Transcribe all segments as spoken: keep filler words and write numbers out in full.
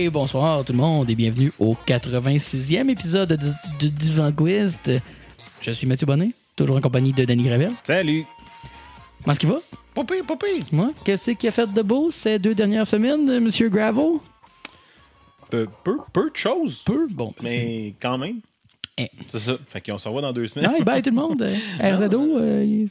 Et bonsoir tout le monde et bienvenue au quatre-vingt-sixième épisode de, de Divan Quiz. Je suis Mathieu Bonnet, toujours en compagnie de Danny Gravel. Salut! Comment est-ce qu'il va? Pas pire, pas pire. Moi, qu'est-ce qu'il a fait de beau ces deux dernières semaines, Monsieur Gravel? Peu, peu, peu de choses. Peu, bon. Mais c'est... quand même. Eh. C'est ça. Fait qu'on se revoit dans deux semaines. Bye, bye tout le monde. R Z O, euh, il...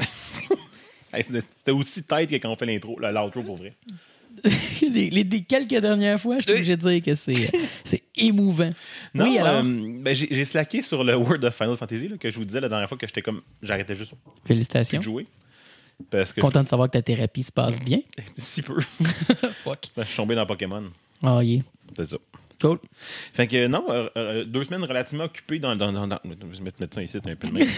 hey, c'était, c'était aussi tête que quand on fait l'intro, l'outro pour vrai. les, les, les quelques dernières fois, je suis obligé de dire que c'est, c'est émouvant. Non, oui, alors? Euh, ben, j'ai, j'ai slacké sur le World of Final Fantasy là, que je vous disais la dernière fois que j'étais comme. J'arrêtais juste Félicitations. de jouer. Parce que Content je... de savoir que ta thérapie se passe bien. si peu. Fuck. Ben, je suis tombé dans Pokémon. Oh, yeah. C'est ça. Cool. Fait que non, euh, euh, deux semaines relativement occupées dans. dans, dans, dans... Je vais mettre, mettre ça ici, un peu de main.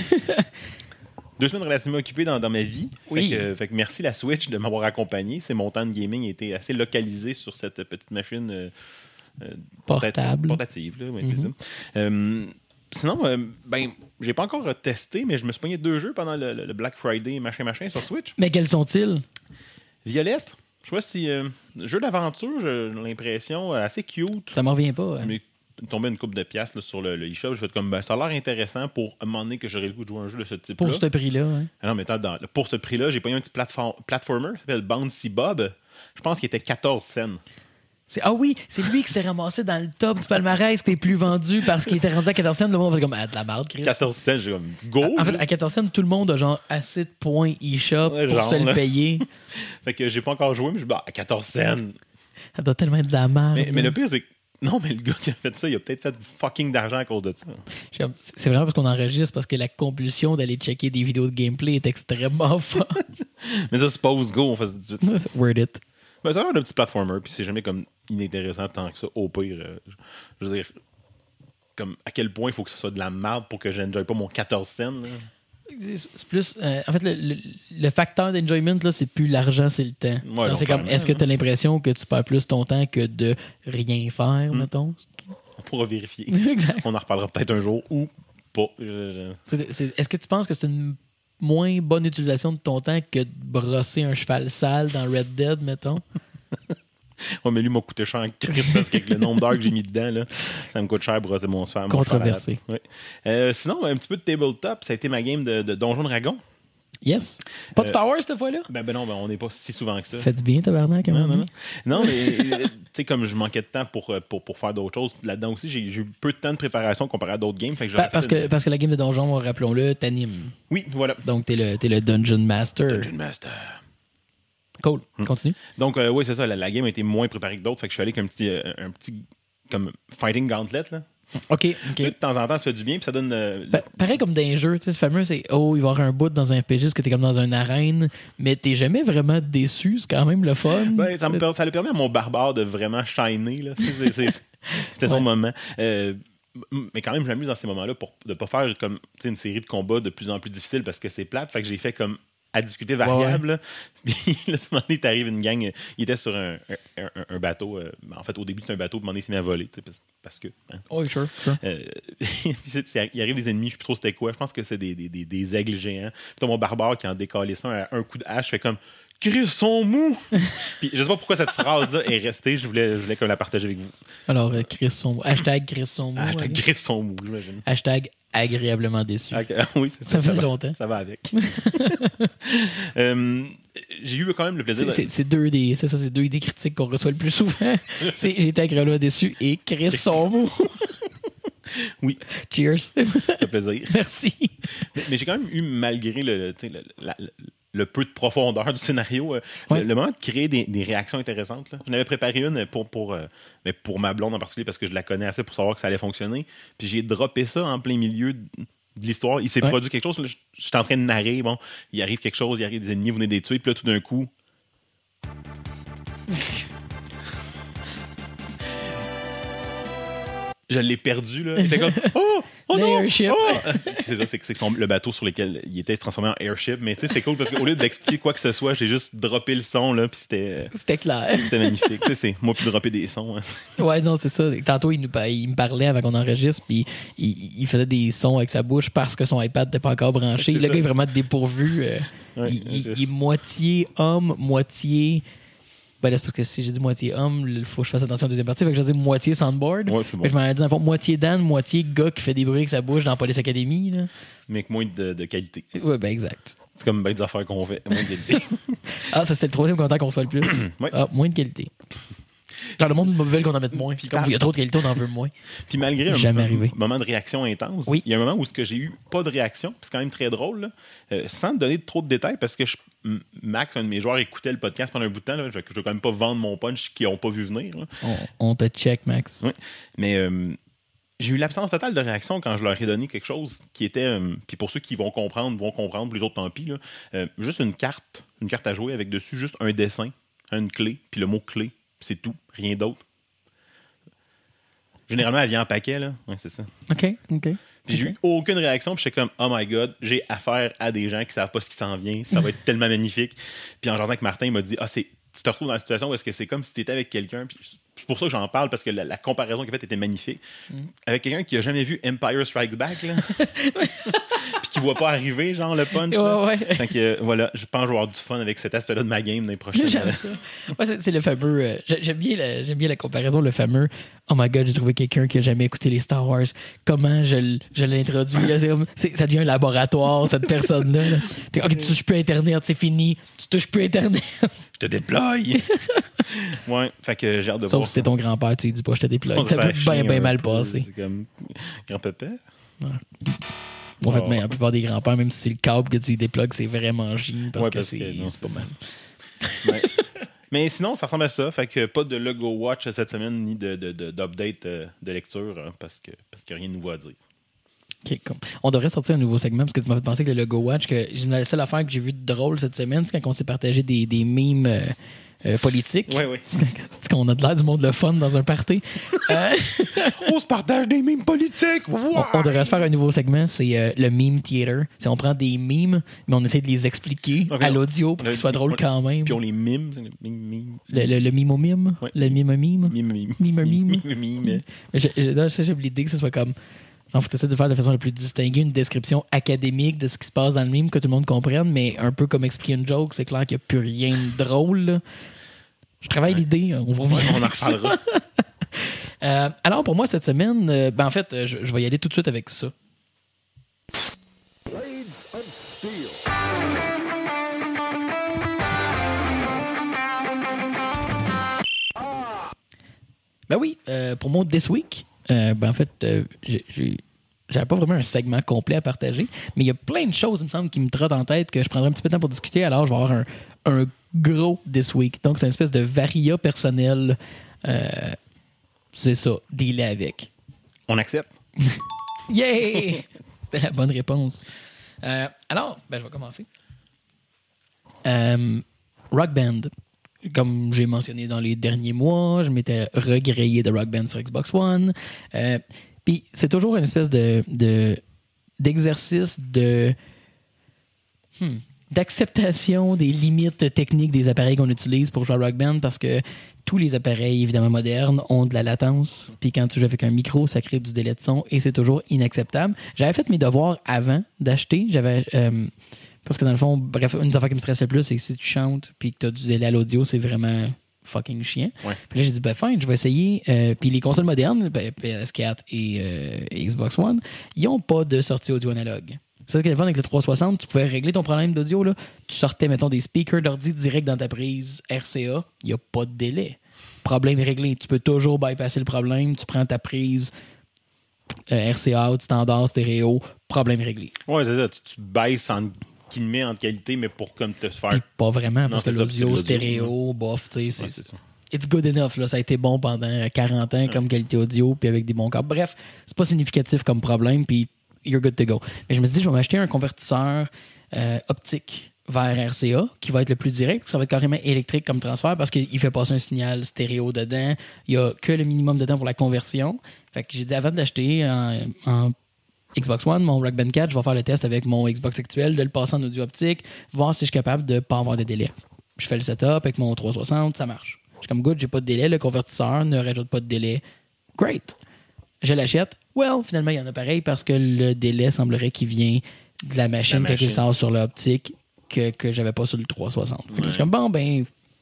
Deux semaines relativement occupées dans, dans ma vie. Oui. Fait que, fait que merci la Switch de m'avoir accompagné. C'est mon temps de gaming était assez localisé sur cette petite machine euh, euh, Portable. portative. Là, ouais, Mm-hmm. c'est ça. Euh, sinon, euh, ben, j'ai pas encore testé, mais je me suis pogné deux jeux pendant le, le Black Friday, machin, machin, sur Switch. Mais quels sont-ils? Violette, je sais pas si. Euh, jeu d'aventure, j'ai l'impression, euh, assez cute. Ça m'en revient pas. Hein? Mais tombé une couple de piastres là, sur le, le eShop. Je vais être comme, ben, ça a l'air intéressant pour un moment donné que j'aurais le goût de jouer à un jeu de ce type-là. Pour ce prix-là. Hein? Ah non, mais attends, dans, pour ce prix-là, j'ai payé un petit platform, platformer qui s'appelle Bouncy Bob. Je pense qu'il était quatorze cents. C'est, ah oui, c'est lui qui s'est ramassé dans le top du palmarès qui est plus vendu parce qu'il était rendu à quatorze cents. Le monde fait comme, ah, de la merde, Chris. quatorze cents, j'ai comme, go! En fait, à quatorze cents, tout le monde a genre assez de points eShop Ouais, pour genre, se le là. payer. Fait que j'ai pas encore joué, mais je dis, bah, à quatorze cents. Ça doit tellement être de la merde. Mais, mais le pire, c'est que, non, mais le gars qui a fait ça, il a peut-être fait fucking d'argent à cause de ça. Comme, c'est vraiment parce qu'on enregistre parce que la compulsion d'aller checker des vidéos de gameplay est extrêmement forte. Mais ça, suppose, go, on fait ça tout de suite. Word it. Ben, ça a l'air d'un petit platformer, puis c'est jamais comme inintéressant tant que ça. Au pire, euh, je, je veux dire, comme à quel point il faut que ce soit de la merde pour que je n'enjoye pas mon quatorze cents. Là. C'est plus. Euh, en fait, le, le, le facteur d'enjoyment, là, c'est plus l'argent, c'est le temps. Ouais, Genre, c'est comme, est-ce que tu as l'impression que tu perds plus ton temps que de rien faire, Mm. mettons? On pourra vérifier. Exact. On en reparlera peut-être un jour ou pas. Je- je- C'est- c'est- est-ce que tu penses que c'est une moins bonne utilisation de ton temps que de brosser un cheval sale dans Red Dead, mettons? Ouais, mais lui m'a coûté cher en crise parce qu'avec le nombre d'heures que j'ai mis dedans, là, ça me coûte cher brosser mon cheval. mon Controversé. cheval à la- ouais. Euh, sinon, un petit peu de tabletop, ça a été ma game de, de Donjon Dragon. Yes. Pas de Euh, Star Wars cette fois-là? Ben, ben non, ben on n'est pas si souvent que ça. Faites bien, tabarnak, Non, comment non, non. Non, mais euh, tu sais, comme je manquais de temps pour, euh, pour, pour faire d'autres choses, là-dedans aussi, j'ai, j'ai eu peu de temps de préparation comparé à d'autres games. Fait que j'aurais Pa- parce, fait que, une- parce que la game de donjon, rappelons-le, t'anime. Oui, voilà. Donc, t'es le, t'es le Dungeon Master. Dungeon Master. Cool. Hmm. Continue. Donc, euh, oui, c'est ça. La, la game a été moins préparée que d'autres. Fait que je suis allé avec un petit, euh, un petit comme fighting gauntlet. Là. OK. Tu sais, OK. de temps en temps, ça fait du bien. Puis ça donne. euh, Pa- pareil comme dans les jeux, tu sais, ce fameux, c'est oh, il va y avoir un bout dans un R P G parce que t'es comme dans une arène, mais t'es jamais vraiment déçu, c'est quand même le fun. ben, ça, me, per- ça a permis à mon barbare de vraiment shiner. Là. Tu sais, c'est- c'est- C'était son Ouais. moment. Euh, m- mais quand même, je m'amuse dans ces moments-là pour ne pas faire comme tu sais, une série de combats de plus en plus difficiles parce que c'est plate. Fait que j'ai fait comme à difficulté variable. là. Puis là, à un moment donné, t'arrives une gang, euh, il était sur un, un, un- un bateau. euh, en fait, au début, c'est un bateau, puis à un moment donné, il s'est mis à voler, tu sais, parce, parce que. hein. Oh, sure, sure. Euh, puis c'est- c'est- il arrive des ennemis, je sais plus trop c'était quoi. Je pense que c'est des, des, des, des aigles géants. Puis t'as mon barbare qui en décalé ça à un coup de hache, fait comme Chris sont mous. Puis je sais pas pourquoi cette phrase-là est restée. Je voulais, je voulais comme la partager avec vous. Alors, euh, Chris son Hashtag Chris son mot. Hashtag hein. Chris sont mous, j'imagine. Hashtag agréablement déçu. Ok, oui, c'est Ça ça. fait va, longtemps. Ça va avec. Euh, j'ai eu quand même le plaisir. C'est, de- c'est, c'est deux des, c'est ça, c'est deux des critiques qu'on reçoit le plus souvent. c'est j'ai été agréablement déçu et Chris son mot. Oui. Cheers. Ça fait plaisir. Merci. Mais, mais j'ai quand même eu, malgré le, tu sais, le, la- le- le peu de profondeur du scénario, euh, Ouais. le, le moment de créer des, des réactions intéressantes. Là. J'en avais préparé une pour, pour, euh, mais pour ma blonde en particulier parce que je la connais assez pour savoir que ça allait fonctionner. Puis j'ai droppé ça en plein milieu de, de l'histoire. Il s'est Ouais. produit quelque chose. Là, je- J'étais en train de narrer. Bon, il arrive quelque chose, il arrive des ennemis, vous venez de les tuer. Puis là, tout d'un coup. Je l'ai perdu, là. Il était comme Oh! Oh non! L'airship. Oh! Puis c'est ça, c'est que c'est que son- le bateau sur lequel il était se transformé en airship. Mais tu sais, c'est cool parce qu'au lieu d'expliquer quoi que ce soit, j'ai juste droppé le son, là. Puis c'était, C'était clair. c'était magnifique. Tu sais, c'est moi, puis dropper des sons. Hein. Ouais, non, c'est ça. Tantôt, il, nous, pa- il me parlait avant qu'on enregistre, puis il, il faisait des sons avec sa bouche parce que son iPad n'était pas encore branché. C'est Le ça. gars est vraiment dépourvu. euh, Ouais, il, il- je- il est moitié homme, moitié Ben là, c'est parce que si j'ai dit moitié homme, il faut que je fasse attention à la deuxième partie. Fait que je dis moitié soundboard. Ouais, c'est bon. Mais je m'en ai dit, dans le fond, moitié Dan, moitié gars qui fait des bruits avec sa bouche dans Police Academy. Là. Mais avec moins de, de qualité. Ouais, ben exact. C'est comme bien des affaires qu'on fait. Moins de qualité. Ah, ça, c'est le troisième content qu'on fait le plus. Ouais. Ah, moins de qualité. Genre, le monde veut qu'on en mette moins. Puis comme il y a trop de qualité, on en veut moins. Puis malgré un, Jamais un arrivé. moment de réaction intense, Oui. il y a un moment où ce que j'ai eu pas de réaction, puis c'est quand même très drôle, là, euh, sans donner trop de détails, parce que je, M- Max, un de mes joueurs, écoutait le podcast pendant un bout de temps. Là, je ne veux quand même pas vendre mon punch qu'ils n'ont pas vu venir. Là. On, on te check, Max. Oui. Mais euh, j'ai eu l'absence totale de réaction quand je leur ai donné quelque chose qui était. Euh, puis pour ceux qui vont comprendre, vont comprendre, pour les autres, tant pis. Là, euh, juste une carte, une carte à jouer avec dessus juste un dessin, une clé, puis le mot clé. C'est tout, rien d'autre. Généralement, elle vient en paquet, là. Ouais, c'est ça. OK, OK. Puis okay. J'ai eu aucune réaction, puis j'étais comme, oh my god, j'ai affaire à des gens qui savent pas ce qui s'en vient, ça va être tellement magnifique. Puis en jasant avec Martin, il m'a dit, ah, c'est, tu te retrouves dans la situation où est-ce que c'est comme si tu étais avec quelqu'un, puis c'est pour ça que j'en parle, parce que la, la comparaison qu'il a faite était magnifique. Mm. Avec quelqu'un qui a jamais vu Empire Strikes Back, là. Puis qui voit pas arriver, genre, le punch. Ouais, ouais. Fait que, euh, voilà, je pense que je vais avoir du fun avec cet aspect-là de ma game dans les prochaines. J'aime ça. Ouais, c'est, c'est le fameux. Euh, j'aime, bien la, j'aime bien la comparaison, le fameux. Oh my god, j'ai trouvé quelqu'un qui a jamais écouté les Star Wars. Comment je, je l'introduis? C'est comme, c'est, ça devient un laboratoire, cette personne-là. Là. Ok, tu touches plus Internet, c'est fini. Tu touches plus Internet. Je te déploie. Ouais, fait que j'ai hâte de Sauf voir. si c'était ton grand-père, tu lui dis pas je te déploie. On Ça peut bien, bien mal peu, passer. C'est comme grand-papa. Ouais. En fait, Oh. mais la plupart des grands-pères, même si c'est le câble que tu lui déplugues, c'est vraiment chiant parce, Ouais, que parce c'est, que non, c'est c'est pas ça. mal. Ouais. Mais sinon, ça ressemble à ça. Fait que pas de logo watch cette semaine ni de, de, de, d'update euh, de lecture hein, parce, que, parce qu'il n'y a rien de nouveau à dire. Okay, cool. On devrait sortir un nouveau segment parce que tu m'as fait penser que le logo watch, que la seule affaire que j'ai vue de drôle cette semaine, c'est quand on s'est partagé des, des memes euh, euh, politiques. Oui, oui. C'est qu'on a de l'air du monde le fun dans un party. euh, On se partage des memes politiques! on, on devrait se faire un nouveau segment, c'est euh, le meme theater. C'est on prend des memes, mais on essaie de les expliquer okay, à l'audio pour qu'ils soient drôles quand même. Puis on les mime. Le mime. Le, le, le mime au mime? Ouais. Le mime au mime? Mime, mime. Mime, mime. Mime, mime. Je, je, là, j'ai l'idée que ce soit comme... On essaie de faire de façon la plus distinguée une description académique de ce qui se passe dans le mime, que tout le monde comprenne, mais un peu comme expliquer une joke, c'est clair qu'il n'y a plus rien de drôle. Là. Je travaille ouais. l'idée, on va ouais, on en reparlera. euh, alors, pour moi, cette semaine, euh, ben, en fait, je, je vais y aller tout de suite avec ça. Ben oui, euh, pour mon This Week, Euh, ben en fait, euh, j'ai, j'ai, j'avais pas vraiment un segment complet à partager, mais il y a plein de choses, il me semble, qui me trottent en tête que je prendrai un petit peu de temps pour discuter. Alors, je vais avoir un, un gros This Week. Donc, c'est une espèce de varia personnel. Euh, c'est ça, dealer avec. On accepte. Yeah! C'était la bonne réponse. Euh, alors, ben, je vais commencer. Euh, Rock Band. Comme j'ai mentionné dans les derniers mois, je m'étais regrayé de Rock Band sur Xbox One. Euh, Puis c'est toujours une espèce de, de d'exercice de hmm, d'acceptation des limites techniques des appareils qu'on utilise pour jouer à Rock Band parce que tous les appareils évidemment modernes ont de la latence. Puis quand tu joues avec un micro, ça crée du délai de son et c'est toujours inacceptable. J'avais fait mes devoirs avant d'acheter. J'avais euh, Parce que dans le fond, bref, une des affaires qui me stresse le plus, c'est que si tu chantes puis que tu as du délai à l'audio, c'est vraiment fucking chiant. Ouais. Puis là, j'ai dit, ben fine, je vais essayer. Euh, puis les consoles modernes, ben, P S quatre et, euh, et Xbox One, ils n'ont pas de sortie audio analogue. C'est ce qu'il y avait avec le trois cent soixante, tu pouvais régler ton problème d'audio. Là. Tu sortais, mettons, des speakers d'ordi direct dans ta prise R C A. Il n'y a pas de délai. Problème réglé. Tu peux toujours bypasser le problème. Tu prends ta prise euh, R C A out, standard, stéréo. Problème réglé. Ouais, c'est ça. Tu, tu baisses en... qui le met en qualité, mais pour comme te faire... Puis pas vraiment, parce non, que l'audio, l'audio stéréo, ouais. bof, tu sais, c'est, ouais, c'est ça. It's good enough, là. Ça a été bon pendant quarante ans ouais. comme qualité audio, puis avec des bons câbles. Bref, c'est pas significatif comme problème, puis you're good to go. Mais je me suis dit, je vais m'acheter un convertisseur euh, optique vers R C A, qui va être le plus direct, ça va être carrément électrique comme transfert, parce qu'il fait passer un signal stéréo dedans. Il y a que le minimum dedans pour la conversion. Fait que j'ai dit, avant d'acheter en... en Xbox One, mon Rock Band quatre, je vais faire le test avec mon Xbox actuel, de le passer en audio optique, voir si je suis capable de ne pas avoir de délai. Je fais le setup avec mon trois cent soixante, ça marche. Je suis comme good, j'ai pas de délai, le convertisseur ne rajoute pas de délai. Great. Je l'achète. Well, finalement, il y en a pareil parce que le délai semblerait qu'il vient de la machine, la machine. Quand il sort sur l'optique que, que j'avais pas sur le trois cent soixante. Ouais. Je suis comme bon, ben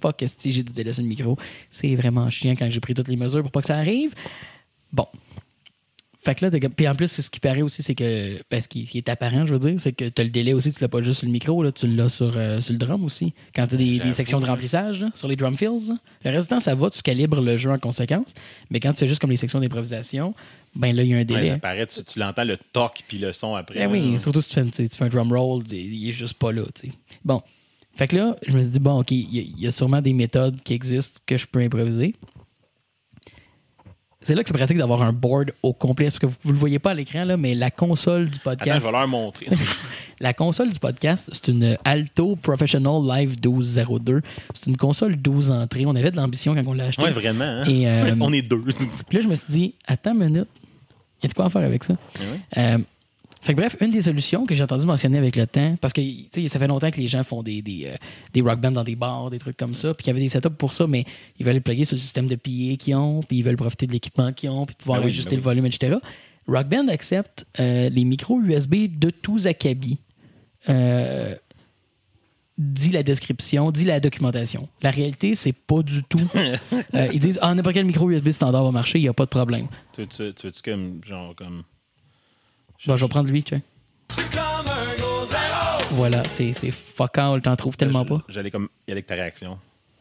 fuck, est-ce que j'ai dû délaisser le micro. C'est vraiment chiant quand j'ai pris toutes les mesures pour pas que ça arrive. Bon. Fait que là, puis en plus, ce qui paraît aussi, c'est que, ben, ce qui, qui est apparent, je veux dire, c'est que tu as le délai aussi, tu l'as pas juste sur le micro, là, tu l'as sur, euh, sur le drum aussi. Quand tu as des, des sections de remplissage, là, sur les drum fills, là. Le reste du temps, ça va, tu calibres le jeu en conséquence. Mais quand tu fais juste comme les sections d'improvisation, ben là, il y a un délai. Ouais, ça paraît, tu, tu l'entends le toc puis le son après. Ben oui, surtout si tu fais, tu fais un drum roll, il est juste pas là, tu sais. Bon. Fait que là, je me suis dit, bon, OK, il y, y a sûrement des méthodes qui existent que je peux improviser. C'est là que c'est pratique d'avoir un board au complet, parce que vous ne le voyez pas à l'écran, là, mais la console du podcast... Attends, je vais leur montrer. La console du podcast, c'est une Alto Professional Live douze zéro deux. C'est une console douze entrées. On avait de l'ambition quand on l'a acheté. Oui, vraiment. Hein? Et, euh, on est deux. Puis là, je me suis dit, attends une minute, il y a de quoi à faire avec ça. Oui. Euh, Fait que bref, une des solutions que j'ai entendu mentionner avec le temps, parce que ça fait longtemps que les gens font des, des, euh, des rock bands dans des bars, des trucs comme ça, puis qu'il y avait des setups pour ça, mais ils veulent les plugger sur le système de P A qu'ils ont, puis ils veulent profiter de l'équipement qu'ils ont, puis pouvoir ben oui, ajuster ben le oui. volume, et cetera. Rock Band accepte euh, les micros U S B de tous acabit. Euh, dit la description, dit la documentation. La réalité, c'est pas du tout. Euh, ils disent, ah, n'importe quel micro U S B standard va marcher, il n'y a pas de problème. Tu veux-tu, tu veux-tu comme, genre, comme... Bon, je vais prendre lui, tu sais. Voilà, c'est, c'est fuck all, t'en trouves tellement pas. J'allais comme y aller avec ta réaction.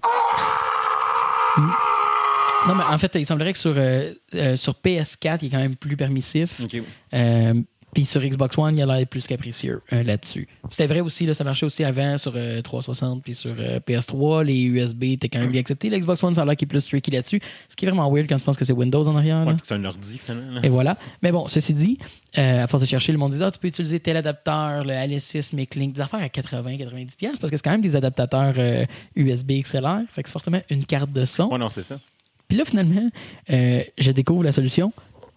Non, mais en fait, il semblerait que sur, euh, euh, sur P S quatre, il est quand même plus permissif. OK. Euh, Puis sur Xbox One, il a l'air plus capricieux euh, là-dessus. C'était vrai aussi, là, ça marchait aussi avant sur euh, trois cent soixante puis sur euh, P S trois. Les U S B étaient quand même bien acceptés. L'Xbox One, ça a l'air qu'il est plus tricky là-dessus. Ce qui est vraiment weird quand tu penses que c'est Windows en arrière. Ouais, Là. puis c'est un ordi finalement. Là. Et voilà. Mais bon, ceci dit, euh, à force de chercher, le monde dit ah, tu peux utiliser tel adaptateur, le L S six, Miclink, des affaires à quatre-vingts à quatre-vingt-dix dollars parce que c'est quand même des adaptateurs euh, U S B X L R. Fait que c'est forcément une carte de son. Ouais, non, c'est ça. Puis là, finalement, euh, je découvre la solution.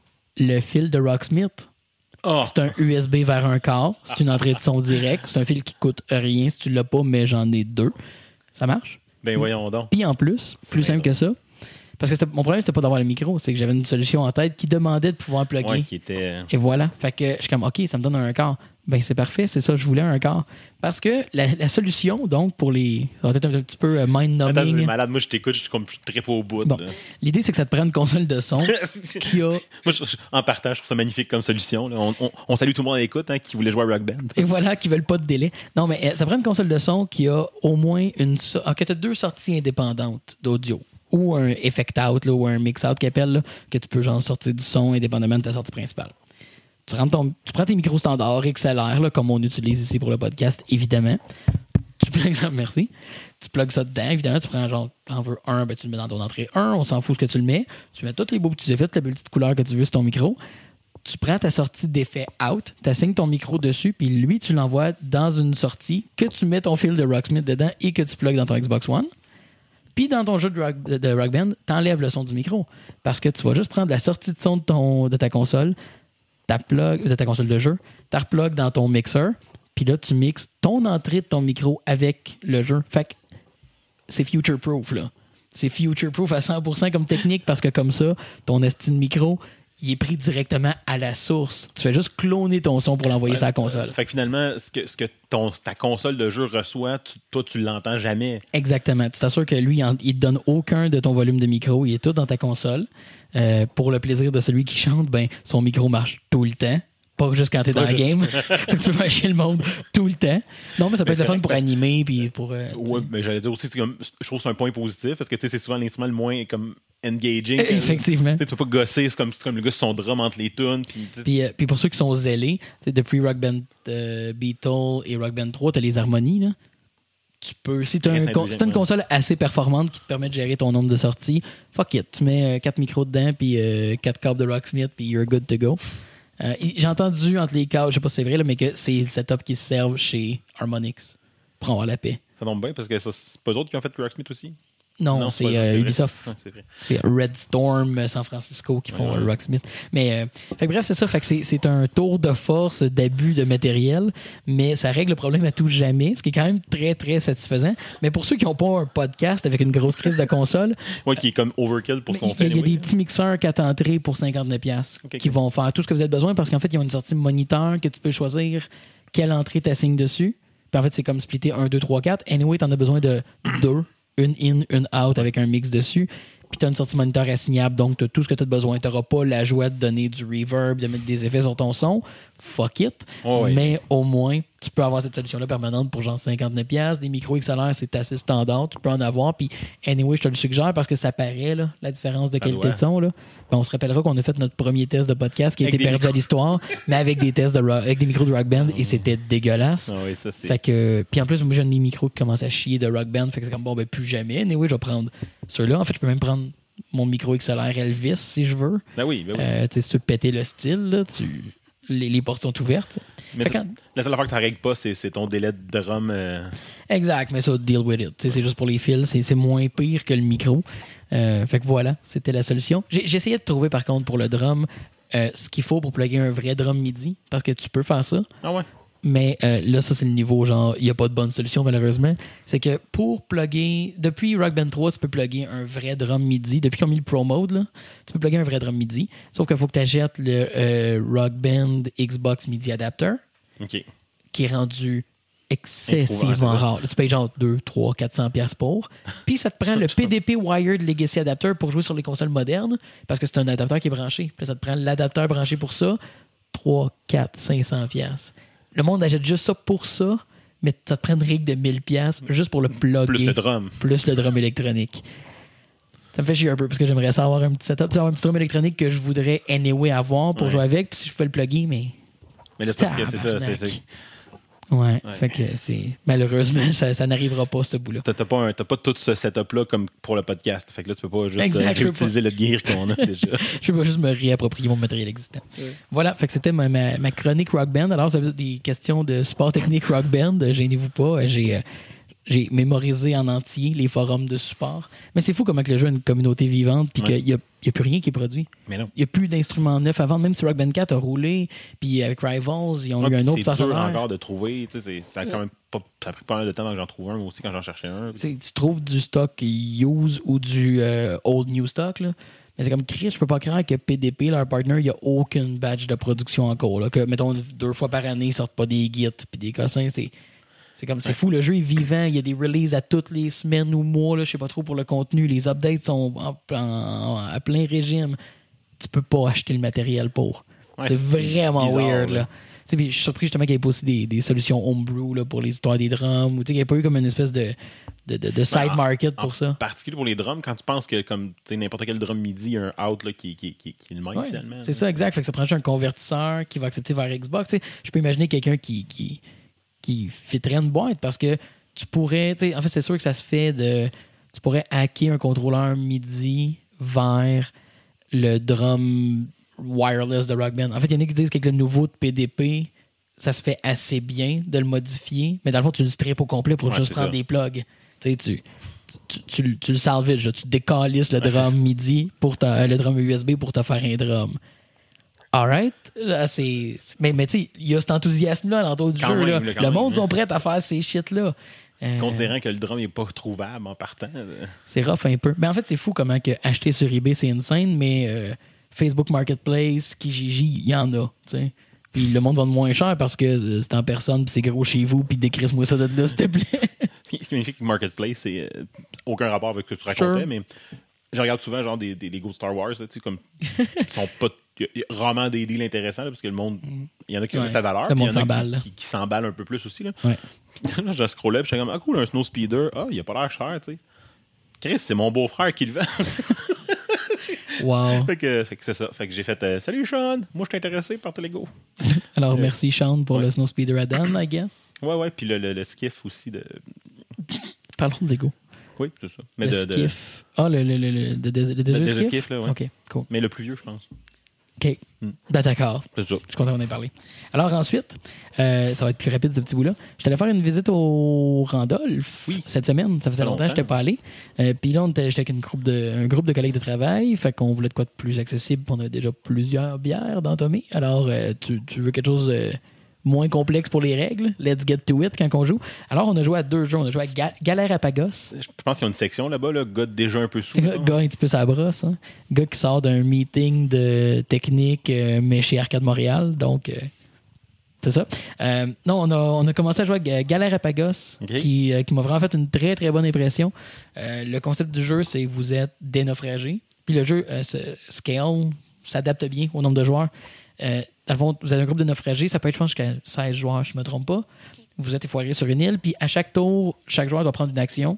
Le fil de Rocksmith. Oh. C'est un U S B vers un quart. C'est une entrée de son direct. C'est un fil qui coûte rien si tu l'as pas, mais j'en ai deux. Ça marche? Ben voyons donc. Puis en plus, C'est plus simple drôle. que ça, parce que mon problème, c'était pas d'avoir le micro, c'est que j'avais une solution en tête qui demandait de pouvoir plugger. Ouais, qui était... Et voilà. Fait que je suis comme, OK, ça me donne un quart. Ben c'est parfait, c'est ça, je voulais un quart. Parce que la, la solution, donc, pour les... Ça va être un, un petit peu euh, mind-numbing. Attends, c'est malade. Moi, je t'écoute, je suis comme très pas au bout. Bon. là. L'idée, c'est que ça te prend une console de son qui a... Moi, je- je- en partant, je trouve ça magnifique comme solution. là. On, on- on salue tout le monde à l'écoute hein, qui voulait jouer à Rock Band. Et voilà, qui veulent pas de délai. Non, mais euh, ça prend une console de son qui a au moins une... So- ah, que tu as deux sorties indépendantes d'audio. Ou un effect out, là, ou un mix out qu'ils appellent, là, que tu peux genre sortir du son indépendamment de ta sortie principale. Tu, rentres ton, tu prends tes micros standards X L R, là, comme on utilise ici pour le podcast, évidemment. Tu plugues ça, merci. Tu plugues ça dedans, évidemment. Tu prends genre, en veux un, ben, tu le mets dans ton entrée un, on s'en fout ce que tu le mets. Tu mets tous les beaux petits effets, toutes les belles petites couleurs que tu veux sur ton micro. Tu prends ta sortie d'effet out, tu assignes ton micro dessus, puis lui, tu l'envoies dans une sortie que tu mets ton fil de Rocksmith dedans et que tu plugues dans ton Xbox One. Puis dans ton jeu de rock, de rock Band, t'enlèves le son du micro. Parce que tu vas juste prendre la sortie de son de, ton, de ta console, ta plug, de ta console de jeu, tu replugues dans ton mixer, puis là, tu mixes ton entrée de ton micro avec le jeu. Fait que c'est future-proof, là. C'est future-proof à cent pour cent comme technique parce que comme ça, ton esti de micro, il est pris directement à la source. Tu fais juste cloner ton son pour l'envoyer Ouais, sur la console. euh, fait que finalement, ce que, ce que ton, ta console de jeu reçoit, tu- toi, tu l'entends jamais. Exactement. Tu t'assures que lui, il ne te donne aucun de ton volume de micro. Il est tout dans ta console. Euh, pour le plaisir de celui qui chante, ben, son micro marche tout le temps. Pas juste quand t'es dans Pas la juste. game. Fait que tu peux faire chier le monde tout le temps. Non, mais ça peut Mais être le c'est fun vrai pour que- animer puis pour. euh, Ouais, mais j'allais dire aussi, c'est comme, je trouve que c'est un point positif parce que tu sais, c'est souvent l'instrument le moins comme engaging. que- Effectivement. Tu sais, tu peux pas gosser, c'est comme, c'est comme le gars sur son drum entre les tunes. Puis, tu sais, Puis, euh, puis pour ceux qui sont zélés, tu sais, depuis Rock Band euh, Beatle et Rock Band trois, tu as les harmonies. Là. Tu peux, si tu as Très un, con- intelligent, si t'as une ouais. console assez performante qui te permet de gérer ton nombre de sorties, fuck it. Tu mets quatre micros dedans, puis quatre câbles de Rocksmith, puis you're good to go. Euh, j'ai entendu entre les câbles, je sais pas si c'est vrai, là, mais que c'est le setup qui se servent chez Harmonix pour avoir la paix. ça tombe bien parce que ça, c'est pas eux autres qui ont fait Rocksmith aussi. Non, c'est pas eux, euh, vrai. Ubisoft. Ouais, c'est vrai. C'est Red Storm, euh, San Francisco qui font Ouais. euh, Rocksmith. Mais euh, fait que bref, c'est ça. Fait que c'est, c'est un tour de force d'abus de matériel, mais ça règle le problème à tout jamais, ce qui est quand même très, très satisfaisant. Mais pour ceux qui n'ont pas un podcast avec une grosse crise de console, Ouais, qui est comme overkill pour ce il qu'on fait. y a, il y a anyway. des petits mixeurs quatre entrées pour cinquante-neuf dollars Ok, qui ok. vont faire tout ce que vous avez besoin parce qu'en fait, ils ont une sortie moniteur que tu peux choisir quelle entrée tu assignes dessus. Puis en fait, c'est comme splitter un, deux, trois, quatre. Anyway, tu en as besoin de deux une in, une out avec un mix dessus. Puis tu as une sortie moniteur assignable, donc tu as tout ce que tu as besoin. Tu n'auras pas la joie de donner du reverb, de mettre des effets sur ton son. Fuck it. Oh oui. Mais au moins, tu peux avoir cette solution-là permanente pour genre cinquante-neuf dollars. Des micros X L R, c'est assez standard. Tu peux en avoir. Puis anyway, je te le suggère parce que ça paraît, là, la différence de qualité de son. Là. Ben, on se rappellera qu'on a fait notre premier test de podcast qui a avec été perdu micros. à l'histoire, mais avec des tests de rock, avec des micros de Rock Band, et c'était dégueulasse. Ah oui, ça, c'est... Fait que, puis en plus, moi j'ai un de mes micros qui commence à chier de Rock Band. Fait que c'est comme bon, ben plus jamais. Anyway, je vais prendre ceux-là. En fait, je peux même prendre mon micro X L R Elvis si je veux. Ben oui, ben oui. Euh, tu sais, si tu veux péter le style, là, tu... les, les portes sont ouvertes. Mais Fait quand... la seule affaire que ça règle pas, c'est, c'est ton délai de drum. Euh... Exact, mais ça, deal with it. Tu sais, c'est juste pour les fils, c'est, c'est moins pire que le micro. Euh, fait que voilà, c'était la solution. J'ai, j'ai essayé de trouver par contre pour le drum euh, ce qu'il faut pour plugger un vrai drum MIDI, parce que tu peux faire ça. Ah ouais? Mais euh, là, ça, c'est le niveau, genre, il n'y a pas de bonne solution, malheureusement. C'est que pour plugger, depuis Rock Band trois, tu peux plugger un vrai drum MIDI. Depuis qu'ils ont mis le Pro Mode, là, tu peux plugger un vrai drum MIDI. Sauf qu'il faut que tu achètes le euh, Rock Band Xbox MIDI Adapter, OK. qui est rendu excessivement Introuvable, rare. Là, tu payes genre deux, trois, quatre cents piastres pour. Puis ça te prend le P D P Wired Legacy Adapter pour jouer sur les consoles modernes, parce que c'est un adapteur qui est branché. Puis ça te prend l'adapteur branché pour ça, trois, quatre, cinq cents piastres. Le monde achète juste ça pour ça, mais ça te prend une rig de mille piastres juste pour le plugger. Plus le drum. Plus le drum électronique. Ça me fait chier un peu parce que j'aimerais ça avoir un petit setup, avoir un petit drum électronique que je voudrais anyway avoir pour ouais. jouer avec, puis si je pouvais le plugger, mais... Mais là, c'est parce que c'est ça. C'est, c'est... Ouais, Ouais. fait que c'est... Malheureusement, ça, ça n'arrivera pas, ce bout-là. T'as, t'as, pas un, t'as pas tout ce setup-là comme pour le podcast. Fait que là, tu peux pas juste Exact, euh, utiliser le gear qu'on a déjà. Je peux pas juste me réapproprier mon matériel existant. Ouais. Voilà, fait que c'était ma, ma, ma chronique Rock Band. Alors, ça veut dire des questions de support technique Rock Band. Gênez-vous pas. J'ai, euh, j'ai mémorisé en entier les forums de support. Mais c'est fou comment que le jeu a une communauté vivante puis Ouais. qu'il n'y a, il y a plus rien qui est produit. Mais non. Il n'y a plus d'instruments neufs à vendre. Même si Rock Band quatre a roulé, puis avec Rivals, ils ont Ouais, eu un puis autre c'est dur partenaire. encore de trouver. Tu sais, c'est, ça a quand même pas, ça a pris pas mal de temps avant que j'en trouve un, moi aussi, quand j'en cherchais un. Tu sais, tu trouves du stock use ou du euh, old new stock, là. Mais c'est comme Chris, je peux pas croire que P D P, leur partner, il n'y a aucune badge de production encore. Là. Que, mettons, deux fois par année, ils sortent pas des gits puis des cossins. C'est, c'est comme, c'est Ouais. fou. Le jeu est vivant. Il y a des releases à toutes les semaines ou mois. Là, je sais pas trop pour le contenu. Les updates sont en, en- à plein régime. Tu peux pas acheter le matériel pour. Ouais, c'est, c'est vraiment bizarre, weird. là. Là. Tu sais, puis je suis surpris justement qu'il n'y ait pas aussi des, des solutions homebrew là, pour les histoires des drums. Ou tu sais, qu'il n'y ait pas eu comme une espèce de, de, de, de side en- market En pour ça. particulier pour les drums, quand tu penses que comme tu sais, n'importe quel drum MIDI, il y a un out là, qui, qui, qui, qui est le même Ouais, finalement. c'est ça, exact. Fait que ça prend juste un convertisseur qui va accepter vers Xbox. Tu sais, je peux imaginer quelqu'un qui, qui, qui fitterait une boîte parce que tu pourrais. Tu sais, en fait, c'est sûr que ça se fait de. Tu pourrais hacker un contrôleur MIDI vers le drum wireless de Rock Band. En fait, il y en a qui disent qu'avec le nouveau de P D P, ça se fait assez bien de le modifier, mais dans le fond, tu le strippes au complet pour Ouais, juste c'est prendre ça. des plugs. Tu sais, tu. Tu, tu, tu le salvages, là. Tu décalisses le Ouais, c'est drum ça. MIDI pour ta, le drum U S B pour te faire un drum. Alright. Là, c'est... Mais, mais tu sais, il y a cet enthousiasme-là à l'entour du Quand jeu. même, là. là, quand Le même, monde là. sont prêts à faire ces shit-là. Euh, Considérant que le drum n'est pas trouvable en partant. euh, c'est rough un peu. Mais en fait, c'est fou comment que acheter sur eBay, c'est insane, mais euh, Facebook Marketplace, Kijiji, il y en a. T'sais. Puis le monde vend moins cher parce que euh, c'est en personne, puis c'est gros chez vous, puis décrisse-moi ça de là, s'il te plaît. Ce qui est magnifique avec Marketplace, c'est euh, aucun rapport avec ce que tu racontais, Sure. mais je regarde souvent genre des, des Lego Star Wars, là, tu sais, comme ils sont pas. Il y a rarement des deals intéressants là, parce que le monde. Il y en a qui Ouais. ont sa valeur. Le puis il y monde en a s'emballe, qui, là. qui, qui s'emballent un peu plus aussi. Là. Ouais. Puis là, je scrollais, puis j'étais comme, ah cool, un snow speeder. Ah, il a pas l'air cher, tu sais. Chris, c'est mon beau-frère qui le vend. Wow. fait, que, fait que c'est ça. Fait que j'ai fait, euh, salut Sean, moi je suis intéressé par tes Lego. Alors, Euh, merci Sean pour ouais. le Snow Speeder Adam, I guess. Ouais, ouais, puis le, le, le skiff aussi de. Parlons de Lego. Oui, c'est ça. Mais Le de, de, skiff. Ah, le, le, le, le, le, le, le Desert Desert Skiff? Skiff, là, ouais. OK, cool. Mais le plus vieux, je pense. OK. Hmm. Ben, d'accord. C'est ça. Je suis content qu'on ait parlé. Alors ensuite, euh, ça va être plus rapide ce petit bout-là. Je allé faire une visite au Randolph Oui. cette semaine. Ça faisait Ça fait longtemps que je longtemps. n'étais pas allé. Euh, Puis là, on était- j'étais avec une groupe de, un groupe de collègues de travail. Fait qu'on voulait de quoi de plus accessible. Puis on avait déjà plusieurs bières dans Tommy. Alors, euh, tu, tu veux quelque chose de moins complexe pour les règles? Let's get to it quand on joue. Alors, on a joué à deux jeux. On a joué à Ga- Galère à Pagos. Je pense qu'il y a une section là-bas, là, gars déjà un peu sous. là. Gars un petit peu sa brosse. Hein? Gars qui sort d'un meeting de technique, euh, mais chez Arcade Montréal. Donc, euh, C'est ça. Euh, non, on a, on a commencé à jouer avec Galarapagos, okay. qui, euh, qui m'a vraiment fait une très, très bonne impression. Euh, le concept du jeu, c'est que vous êtes des naufragés. Puis le jeu, euh, scale, s'adapte bien au nombre de joueurs. Euh, dans le fond, vous avez un groupe de naufragés, ça peut être, je pense, jusqu'à seize joueurs, je ne me trompe pas. Vous êtes effoirés sur une île, puis à chaque tour, chaque joueur doit prendre une action.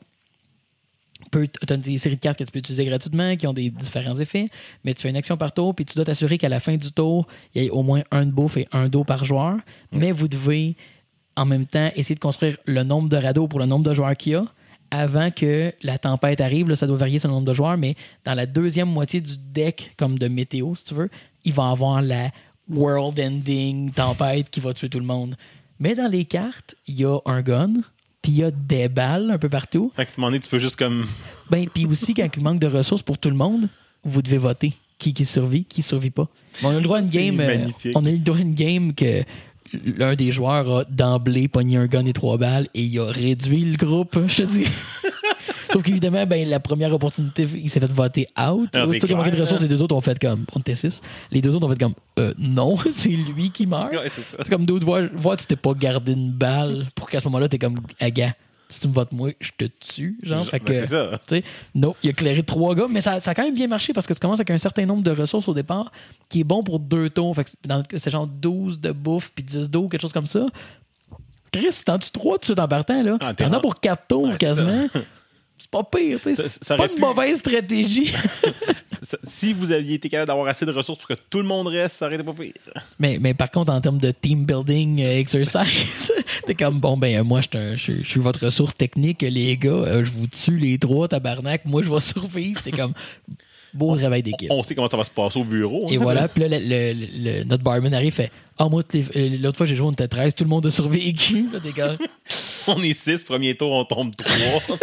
Tu as des séries de cartes que tu peux utiliser gratuitement, qui ont des différents effets, mais tu fais une action par tour, puis tu dois t'assurer qu'à la fin du tour, il y ait au moins un de bouffe et un d'eau par joueur. Ouais. Mais vous devez, en même temps, essayer de construire le nombre de radeaux pour le nombre de joueurs qu'il y a avant que la tempête arrive. Là, ça doit varier sur le nombre de joueurs, mais dans la deuxième moitié du deck, comme de météo, si tu veux, il va y avoir la world-ending tempête qui va tuer tout le monde. Mais dans les cartes, il y a un gun, puis il y a des balles un peu partout. Fait que, à un moment donné, tu peux juste comme... Ben, puis aussi, quand il manque de ressources pour tout le monde, vous devez voter. Qui, qui survit, qui survit pas. Mais on a eu le droit à une game... Euh, on a eu le droit à une game que l'un des joueurs a d'emblée pogné un gun et trois balles et il a réduit le groupe, je te dis. Sauf qu'évidemment, ben, la première opportunité, il s'est fait voter out. Aussitôt qu'il a manqué de ressources, les deux autres ont fait comme... On était six. Les deux autres ont fait comme... Euh, non, c'est lui qui meurt. Ouais, c'est ça. C'est comme d'autres voir, voir tu t'es pas gardé une balle pour qu'à ce moment-là, t'es comme... Aga, si tu me votes moi, je te tue. Genre, fait que, ben c'est ça. Tu sais, non, il a clairé trois gars, mais ça, ça a quand même bien marché parce que tu commences avec un certain nombre de ressources au départ qui est bon pour deux tours. Fait que dans, c'est genre douze de bouffe puis dix d'eau, quelque chose comme ça. Chris, t'en tues trois tout de suite en partant, là. Ah, t'en as pour quatre tours ouais, quasiment. C'est, c'est pas pire, tu sais. C'est, c'est pas une pu... mauvaise stratégie. Si vous aviez été capable d'avoir assez de ressources pour que tout le monde reste, ça aurait été pas pire. Mais, mais par contre, en termes de team building euh, exercise, t'es comme, bon, ben, euh, moi, je suis votre ressource technique, les gars, euh, je vous tue les trois, tabarnak, moi, je vais survivre. T'es comme, beau on, réveil d'équipe. On sait comment ça va se passer au bureau. Et hein, voilà, puis là, le, le, le, notre barman arrive et fait, ah, oh, moi, les, l'autre fois, j'ai joué, on était treize, tout le monde a survécu, là, des gars. On est six, premier tour, on tombe trois.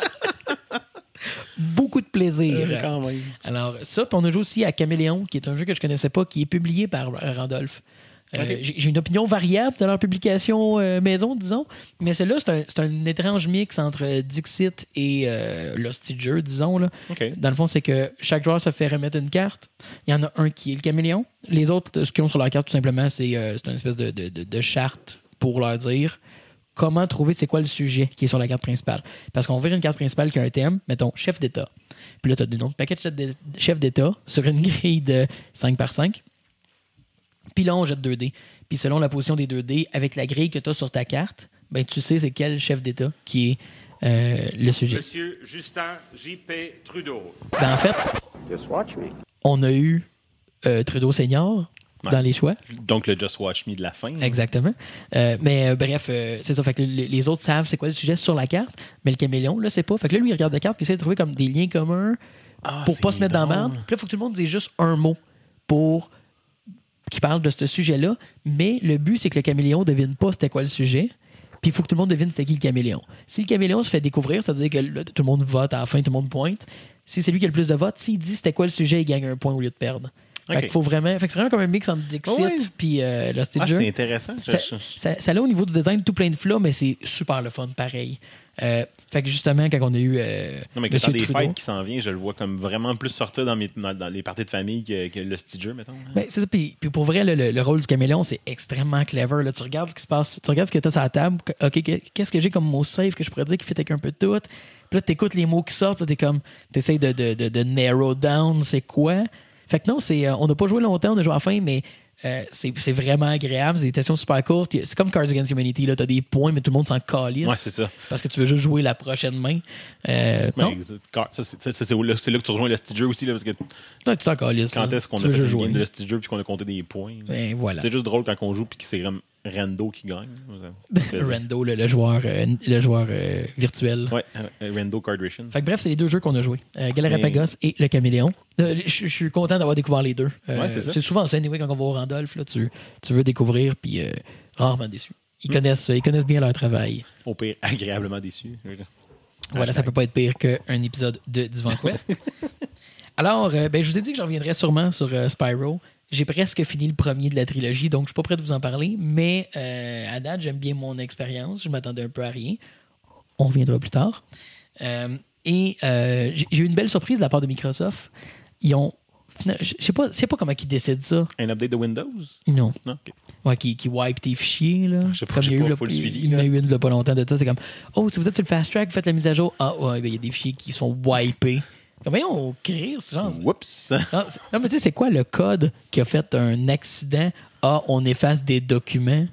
Beaucoup de plaisir. Euh, quand même. Alors, ça, puis on a joué aussi à Caméléon, qui est un jeu que je connaissais pas, qui est publié par Randolph. Euh, okay. j'ai, j'ai une opinion variable de leur publication euh, maison, disons, mais celle-là, c'est un, c'est un étrange mix entre Dixit et euh, Lost Jeu, disons. Là. Okay. Dans le fond, c'est que chaque joueur se fait remettre une carte. Il y en a un qui est le Caméléon. Les autres, ce qu'ils ont sur leur carte, tout simplement, c'est, euh, c'est une espèce de, de, de, de charte pour leur dire comment trouver c'est quoi le sujet qui est sur la carte principale. Parce qu'on va ouvrir une carte principale qui a un thème, mettons, chef d'État. Puis là, tu as des noms de paquets de chefs d'État sur une grille de cinq par cinq. Puis là, on jette deux dés. Puis selon la position des deux dés, avec la grille que tu as sur ta carte, ben, tu sais c'est quel chef d'État qui est euh, le sujet. Monsieur Justin J P Trudeau. Ben, en fait, on a eu euh, Trudeau senior ouais, dans les choix. Donc le Just Watch Me de la fin. Là. Exactement. Euh, mais euh, bref, euh, c'est ça. Fait que les, les autres savent c'est quoi le sujet sur la carte, mais le Caméléon, là, c'est pas. Fait que là, lui, il regarde la carte puis il essaie de trouver comme des liens communs ah, pour pas se mettre dans la merde. Puis là, il faut que tout le monde dise juste un mot pour qui parle de ce sujet-là. Mais le but, c'est que le Caméléon ne devine pas c'était quoi le sujet. Puis il faut que tout le monde devine c'était qui le Caméléon. Si le Caméléon se fait découvrir, c'est-à-dire que là, tout le monde vote à la fin, tout le monde pointe. Si c'est lui qui a le plus de votes, s'il dit c'était quoi le sujet, il gagne un point au lieu de perdre. Fait okay. qu'il faut vraiment. Fait que c'est vraiment comme un mix entre Dixit et oh oui. puis euh, Lost ah, Jeu. C'est intéressant. Ça, ça, ça a au niveau du design tout plein de flots, mais c'est super le fun pareil. Euh, fait que justement, quand on a eu. Euh, non, mais quand des fêtes qui s'en vient, je le vois comme vraiment plus sortir dans, mes, dans, dans les parties de famille que, que Lost Jeu, mettons. Ben, c'est ça. Puis, puis pour vrai, le, le, le rôle du Caméléon, c'est extrêmement clever. Là. Tu regardes ce qui se passe, tu regardes ce que tu as sur la table. OK, qu'est-ce que j'ai comme mot safe que je pourrais dire qui fait avec un peu de tout. Puis là, tu écoutes les mots qui sortent, tu comme. Tu essaies de, de, de, de narrow down c'est quoi. Fait que non, c'est, euh, on n'a pas joué longtemps, on a joué à la fin, mais euh, c'est, c'est vraiment agréable. C'est des sessions super courtes. C'est comme Cards Against Humanity. Tu as des points, mais tout le monde s'en calisse. Ouais, c'est ça. Parce que tu veux juste jouer la prochaine main. Euh, non? Ça, c'est, ça, c'est, là, c'est là que tu rejoins le Lost Jeu aussi. Là, parce que non, tu t'en calisses. Quand est-ce qu'on a fait une game de Lost Jeu puis qu'on a compté des points? Ben, voilà. C'est juste drôle quand on joue puis que c'est comme Rando qui gagne. Rando, le, le joueur, euh, le joueur euh, virtuel. Ouais, euh, Rando Card Ration. Fait que bref, c'est les deux jeux qu'on a joués. Euh, Galarapagos mais... et le Caméléon. Euh, je suis content d'avoir découvert les deux. Euh, ouais, c'est, ça. C'est souvent ça, anyway, quand on va au Randolph, là, tu, tu veux découvrir, puis euh, rarement déçu. Ils, mm. connaissent, ils connaissent bien leur travail. Au pire, agréablement déçu. Voilà, ça peut pas être pire qu'un épisode de Divan Quest. Alors, euh, ben, je vous ai dit que j'en reviendrai sûrement sur euh, Spyro. J'ai presque fini le premier de la trilogie, donc je suis pas prêt de vous en parler, mais euh, à date, j'aime bien mon expérience. Je m'attendais un peu à rien. On reviendra plus tard. Euh, et euh, j'ai, j'ai eu une belle surprise de la part de Microsoft. Ils ont Je sais pas, je sais pas comment ils décident ça. Un update de Windows? Non. Non, OK. Ouais, qui, qui wipe tes fichiers, là. Je sais pas, Comme je il y sais a eu pas, le- full suivi, il y en a là. eu une il y a pas longtemps de ça. C'est comme, oh, si vous êtes sur le fast track, faites la mise à jour. Ah, ouais, ben, il y a des fichiers qui sont wipés. Comment on crée ce genre? Oups! Non, c'est- non, mais tu sais, c'est quoi le code qui a fait un accident? Ah, on efface des documents.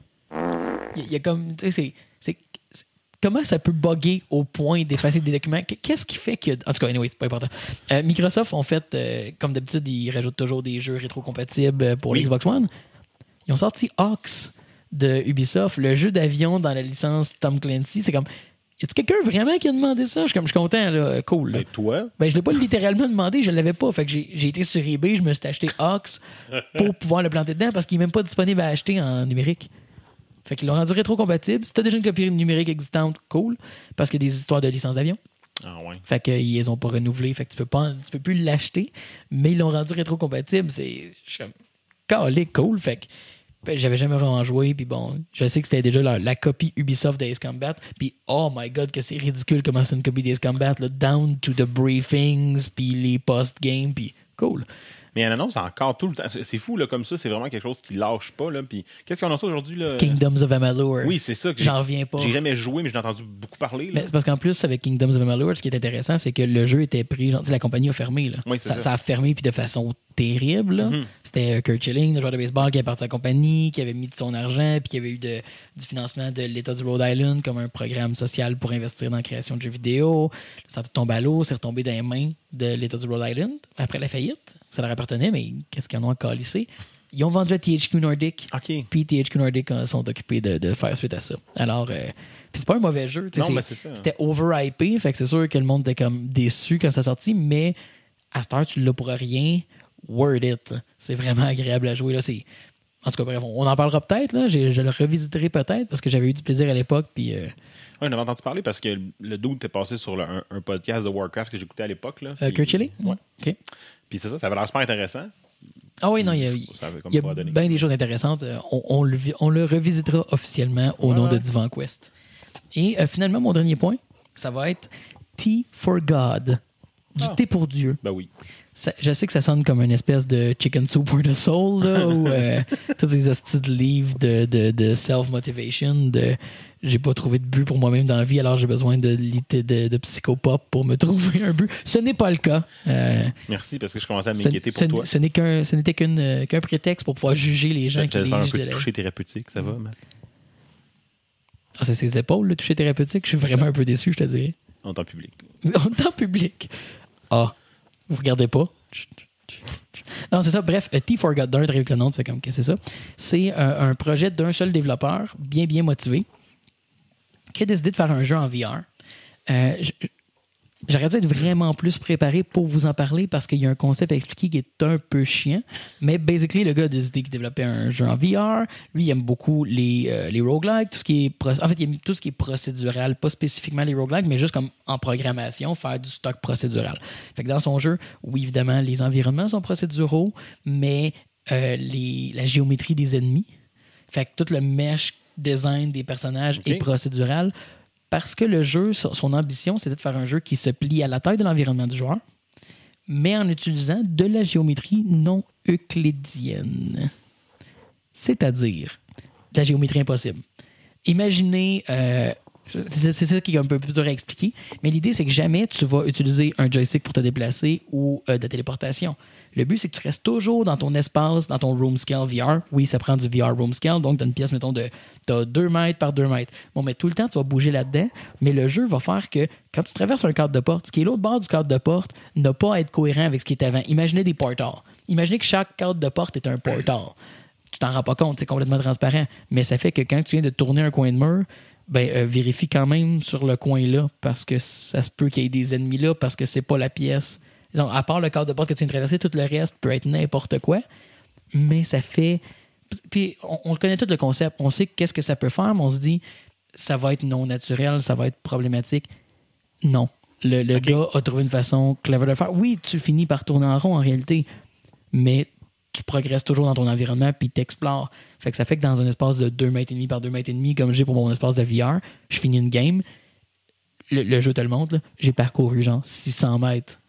Il y, a- il y a comme, tu sais, c'est, c'est, c'est- comment ça peut bugger au point d'effacer des documents? Qu- Qu'est-ce qui fait que... En tout cas, anyway, c'est pas important. Euh, Microsoft ont fait, euh, comme d'habitude, ils rajoutent toujours des jeux rétrocompatibles pour Oui. l'Xbox One. Ils ont sorti Hawks de Ubisoft, le jeu d'avion dans la licence Tom Clancy. C'est comme... Y a-tu quelqu'un vraiment qui a demandé ça? Je suis comme, je suis content, là. Cool. Là. Ben, toi? Ben, je l'ai pas littéralement demandé, je l'avais pas. Fait que j'ai, j'ai été sur eBay, je me suis acheté Hawks pour pouvoir le planter dedans parce qu'il est même pas disponible à acheter en numérique. Fait qu'ils l'ont rendu rétro-compatible. Si t'as déjà une copie numérique existante, cool. Parce qu'il y a des histoires de licence d'avion. Ah ouais. Fait qu'ils les ont pas renouvelés. Fait que tu peux pas, tu peux plus l'acheter. Mais ils l'ont rendu rétro-compatible. C'est, je suis comme, calé, cool. Fait que ben, j'avais jamais vraiment joué. Puis bon, je sais que c'était déjà la, la copie Ubisoft d'Ace Combat. Puis oh my god, que c'est ridicule comment c'est une copie d'Ace Combat. Là, down to the briefings, puis les post-game, puis cool. Mais il y en annonce encore tout le temps. C'est c'est fou, là, comme ça. C'est vraiment quelque chose qui lâche pas, là. Puis qu'est-ce qu'on a ça aujourd'hui, là? Kingdoms of Amalur. Oui, c'est ça que j'ai... J'en reviens pas. J'ai jamais joué, mais j'ai entendu beaucoup parler, là. Mais c'est parce qu'en plus, avec Kingdoms of Amalur, ce qui est intéressant, c'est que le jeu était pris. Genre, tu sais, la compagnie a fermé. Là. Oui, c'est ça, ça. ça a fermé puis de façon terrible. Là. Mhm. C'était euh, Kurt Schilling, le joueur de baseball, qui est parti à la compagnie, qui avait mis de son argent, puis qui avait eu de, du financement de l'État du Rhode Island comme un programme social pour investir dans la création de jeux vidéo. Ça a tout tombé à l'eau, c'est retombé dans les mains de l'État du Rhode Island après la faillite. Ça leur appartenait, mais qu'est-ce qu'ils en ont calissé? Ils ont vendu à T H Q Nordic. OK. Puis T H Q Nordic euh, sont occupés de, de faire suite à ça. Alors, euh, puis c'est pas un mauvais jeu. tu sais, Non, c'est- ben, c'est ça. C'était overhypé, fait que c'est sûr que le monde était comme déçu quand ça sortit, mais à cette heure, tu l'as pour rien. Word it. C'est vraiment agréable à jouer. Là. C'est... En tout cas, bref, on en parlera peut-être. Là. Je, je le revisiterai peut-être parce que j'avais eu du plaisir à l'époque. Puis, euh, Ouais, on avait entendu parler parce que le dude était passé sur le- un, un podcast de Warcraft que j'écoutais à l'époque, là. euh, Puis- Kurt Schilling? Ouais. OK. Puis c'est ça, ça avait l'air super intéressant. Ah oui, non, il y a, Ça avait comme il y a pas donné. bien des choses intéressantes. Euh, On, on le, vi- on le revisitera officiellement au Ouais, nom ouais. de Divan Quest. Et euh, finalement, mon dernier point, ça va être T for God. Du Ah. thé pour Dieu. Ben oui. Ça- je sais que ça sonne comme une espèce de chicken soup for the soul, là, ou euh, tous ces hosties de livres de, de, de self-motivation, de j'ai pas trouvé de but pour moi-même dans la vie, alors j'ai besoin de, lit- de, de psychopop pour me trouver un but. Ce n'est pas le cas. Euh, Merci parce que je commençais à ce, m'inquiéter pour ce- toi. ce n'est qu'un, ce n'était qu'une, euh, qu'un prétexte pour pouvoir juger les gens qui J'allais faire un lisent peu de de la... toucher thérapeutique, ça va, Matt? Ah, c'est ses épaules, le toucher thérapeutique. Je suis vraiment un peu déçu, je te dirais. On est en public. On est en public. Ah, vous regardez pas? Non, c'est ça. Bref, T for God d'un, avec le nom, tu fais comme, qu'est-ce que c'est ça? C'est un, un projet d'un seul développeur, bien, bien motivé, qui a décidé de faire un jeu en V R. Euh, j- J'aurais dû être vraiment plus préparé pour vous en parler parce qu'il y a un concept à expliquer qui est un peu chiant. Mais basically, le gars a décidé qu'il développait un jeu en V R. Lui, il aime beaucoup les, euh, les roguelikes, tout ce qui est pro- en fait, il aime tout ce qui est procédural, pas spécifiquement les roguelikes, mais juste comme en programmation, faire du stock procédural. Fait que dans son jeu, oui, évidemment, les environnements sont procéduraux, mais euh, les, la géométrie des ennemis, fait que tout le mesh design des personnages Ok. est procédural. Parce que le jeu, son ambition, c'était de faire un jeu qui se plie à la taille de l'environnement du joueur, mais en utilisant de la géométrie non euclidienne. C'est-à-dire de la géométrie impossible. Imaginez, euh, c'est c'est ça qui est un peu plus dur à expliquer, mais l'idée, c'est que jamais tu vas utiliser un joystick pour te déplacer ou euh, de la téléportation. Le but, c'est que tu restes toujours dans ton espace, dans ton room scale V R. Oui, ça prend du V R room scale, donc tu as une pièce, mettons, de t'as deux mètres par deux mètres. Bon, mais tout le temps, tu vas bouger là-dedans, mais le jeu va faire que quand tu traverses un cadre de porte, ce qui est l'autre bord du cadre de porte n'a pas à être cohérent avec ce qui est avant. Imaginez des portals. Imaginez que chaque cadre de porte est un portal. Tu t'en rends pas compte, c'est complètement transparent, mais ça fait que quand tu viens de tourner un coin de mur, ben, euh, vérifie quand même sur le coin-là, parce que ça se peut qu'il y ait des ennemis là, parce que c'est pas la pièce. Donc, à part le cadre de porte que tu viens de traverser, tout le reste peut être n'importe quoi, mais ça fait... Puis, on, on le connaît tout le concept, on sait qu'est-ce que ça peut faire, mais on se dit, ça va être non naturel, ça va être problématique. Non. Le, le Ok. gars a trouvé une façon clever de le faire. Oui, tu finis par tourner en rond en réalité, mais tu progresses toujours dans ton environnement puis t'explores. Fait que ça fait que dans un espace de deux mètres et demi par deux mètres et demi, comme j'ai pour mon espace de V R, je finis une game. Le, le jeu te le montre, là, j'ai parcouru genre six cents mètres.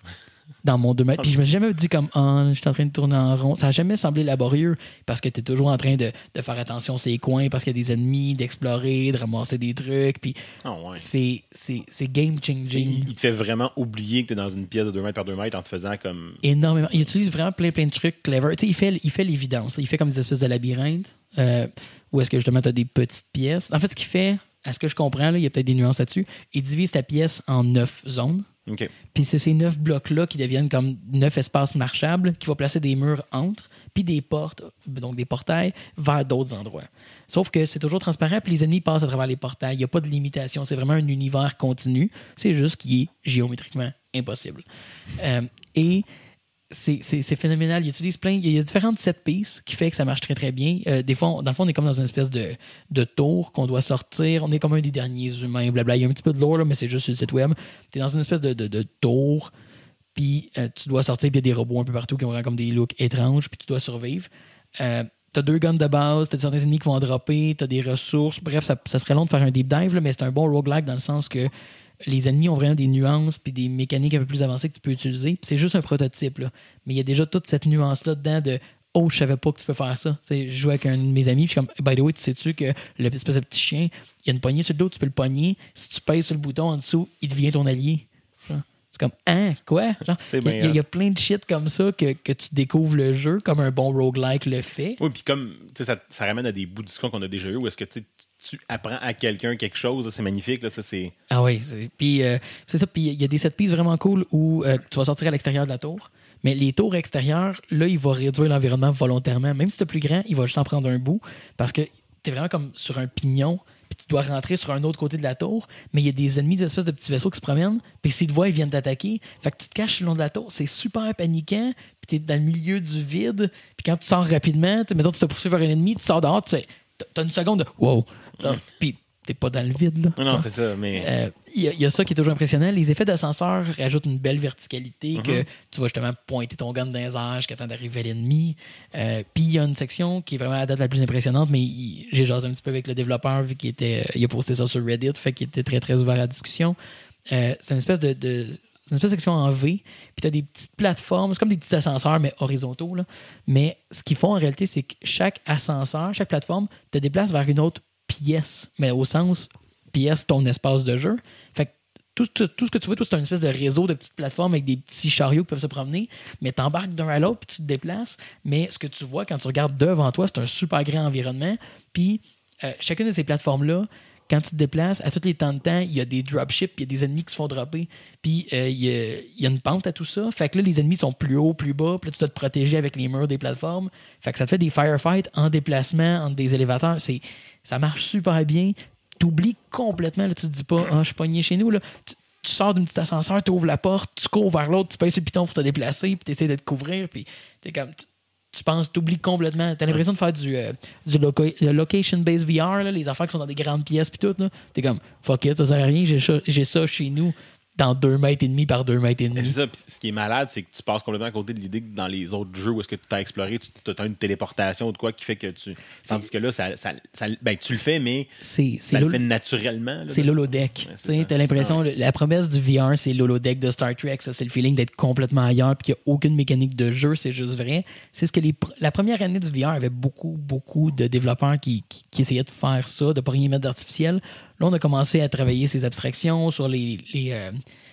dans mon deux mètres. Puis je me suis jamais dit comme, oh, je suis en train de tourner en rond. Ça n'a jamais semblé laborieux parce que tu es toujours en train de, de faire attention à ces coins parce qu'il y a des ennemis, d'explorer, de ramasser des trucs. Puis oh, ouais. c'est, c'est, c'est game-changing. Il, il te fait vraiment oublier que tu es dans une pièce de deux mètres par deux mètres en te faisant comme... Énormément. Il utilise vraiment plein, plein de trucs clever. Tu sais, il fait, il fait l'évidence. Il fait comme des espèces de labyrinthes euh, où est-ce que justement tu as des petites pièces. En fait, ce qu'il fait, à ce que je comprends, là, il y a peut-être des nuances là-dessus, il divise ta pièce en neuf zones. Okay. Puis c'est ces neuf blocs-là qui deviennent comme neuf espaces marchables qui vont placer des murs entre, puis des portes, donc des portails, vers d'autres endroits. Sauf que c'est toujours transparent, puis les ennemis passent à travers les portails. Il n'y a pas de limitation. C'est vraiment un univers continu. C'est juste qu'il est géométriquement impossible. Euh, et c'est, c'est, c'est phénoménal. Il utilise plein... Il y a différentes set pieces qui fait que ça marche très, très bien. Euh, des fois, on, dans le fond, on est comme dans une espèce de, de tour qu'on doit sortir. On est comme un des derniers humains, blabla. Il y a un petit peu de lore, là, mais c'est juste sur le site web. Tu es dans une espèce de, de, de tour, puis euh, tu dois sortir, puis il y a des robots un peu partout qui ont comme des looks étranges, puis tu dois survivre. Euh, tu as deux guns de base, tu as certains ennemis qui vont dropper, tu as des ressources. Bref, ça, ça serait long de faire un deep dive, là, mais c'est un bon roguelike dans le sens que les ennemis ont vraiment des nuances puis des mécaniques un peu plus avancées que tu peux utiliser. Puis c'est juste un prototype, là. Mais il y a déjà toute cette nuance-là dedans de « Oh, je savais pas que tu peux faire ça. » Je jouais avec un de mes amis, puis comme « By the way, tu sais-tu que l'espèce de petit chien, il y a une poignée sur le dos, tu peux le pogner. Si tu pèses sur le bouton en dessous, il devient ton allié. » C'est comme « Hein? Quoi? » Il y, y, y a plein de shit comme ça que, que tu découvres le jeu, comme un bon roguelike le fait. Oui, puis comme ça, ça ramène à des bouts d'histoire qu'on a déjà eu où est-ce que tu tu apprends à quelqu'un quelque chose, là, c'est magnifique. Là, ça, c'est... Ah oui, c'est... Puis euh, c'est ça. Puis il y a des set pieces vraiment cool où euh, tu vas sortir à l'extérieur de la tour. Mais les tours extérieures, là, il va réduire l'environnement volontairement. Même si tu es plus grand, il va juste en prendre un bout parce que tu es vraiment comme sur un pignon. Puis tu dois rentrer sur un autre côté de la tour, mais il y a des ennemis, des espèces de petits vaisseaux qui se promènent, puis s'ils te voient, ils viennent t'attaquer. Fait que tu te caches le long de la tour. C'est super paniquant, puis tu es dans le milieu du vide, puis quand tu sors rapidement, mettons, tu te poursuis vers un ennemi, tu sors dehors, tu sais, t'as une seconde de « wow ». Puis t'es pas dans le vide, là. Non, non, c'est ça, mais... Il euh, y, y a ça qui est toujours impressionnant. Les effets d'ascenseur rajoutent une belle verticalité, mm-hmm. que tu vas justement pointer ton gun dans les airs jusqu'à temps d'arriver à l'ennemi. Euh, Puis il y a une section qui est vraiment à la date la plus impressionnante, mais il, j'ai jasé un petit peu avec le développeur, vu qu'il était, il a posté ça sur Reddit, fait qu'il était très, très ouvert à la discussion. Euh, c'est une espèce de... de c'est une espèce de section en V, puis tu as des petites plateformes, c'est comme des petits ascenseurs, mais horizontaux, là. Mais ce qu'ils font en réalité, c'est que chaque ascenseur, chaque plateforme, te déplace vers une autre pièce, mais au sens pièce, ton espace de jeu. Fait que tout, tout, tout ce que tu vois, tout, c'est une espèce de réseau de petites plateformes avec des petits chariots qui peuvent se promener, mais t'embarques d'un à l'autre, puis tu te déplaces. Mais ce que tu vois quand tu regardes devant toi, c'est un super grand environnement. Puis euh, chacune de ces plateformes-là, quand tu te déplaces, à tous les temps de temps, il y a des dropships, puis il y a des ennemis qui se font dropper, puis euh, il, y a, il y a une pente à tout ça. Fait que là, les ennemis sont plus hauts, plus bas, puis là, tu dois te protéger avec les murs des plateformes. Fait que ça te fait des firefights en déplacement entre des élévateurs. C'est, ça marche super bien. Tu oublies complètement, là, tu te dis pas « Ah, je suis pogné chez nous. » là. Tu, tu sors d'un petit ascenseur, tu ouvres la porte, tu cours vers l'autre, tu pèses sur le piton pour te déplacer, puis tu essaies de te couvrir, puis t'es comme... Tu, tu penses, tu oublies complètement. Tu as l'impression de faire du, euh, du loca- location-based V R, là, les affaires qui sont dans des grandes pièces puis tout. Tu es comme, fuck it, ça sert à rien, j'ai ça, j'ai ça chez nous dans deux mètres et demi par deux mètres et demi. C'est ça, ce qui est malade, c'est que tu passes complètement à côté de l'idée que dans les autres jeux où est-ce que tu as exploré, tu as une téléportation ou de quoi qui fait que tu... Tandis c'est... que là, ça, ça, ça, ben, tu le fais, mais c'est, c'est ça lolo... le fait naturellement. Là, c'est l'holodeck. Ouais, tu as l'impression, ah ouais. La promesse du V R, c'est l'holodeck de Star Trek. Ça, c'est le feeling d'être complètement ailleurs puis qu'il n'y a aucune mécanique de jeu, c'est juste vrai. C'est ce que les... la première année du V R avait beaucoup, beaucoup de développeurs qui, qui, qui essayaient de faire ça, de ne pas rien mettre d'artificiel. Là, on a commencé à travailler ces abstractions sur les... les euh,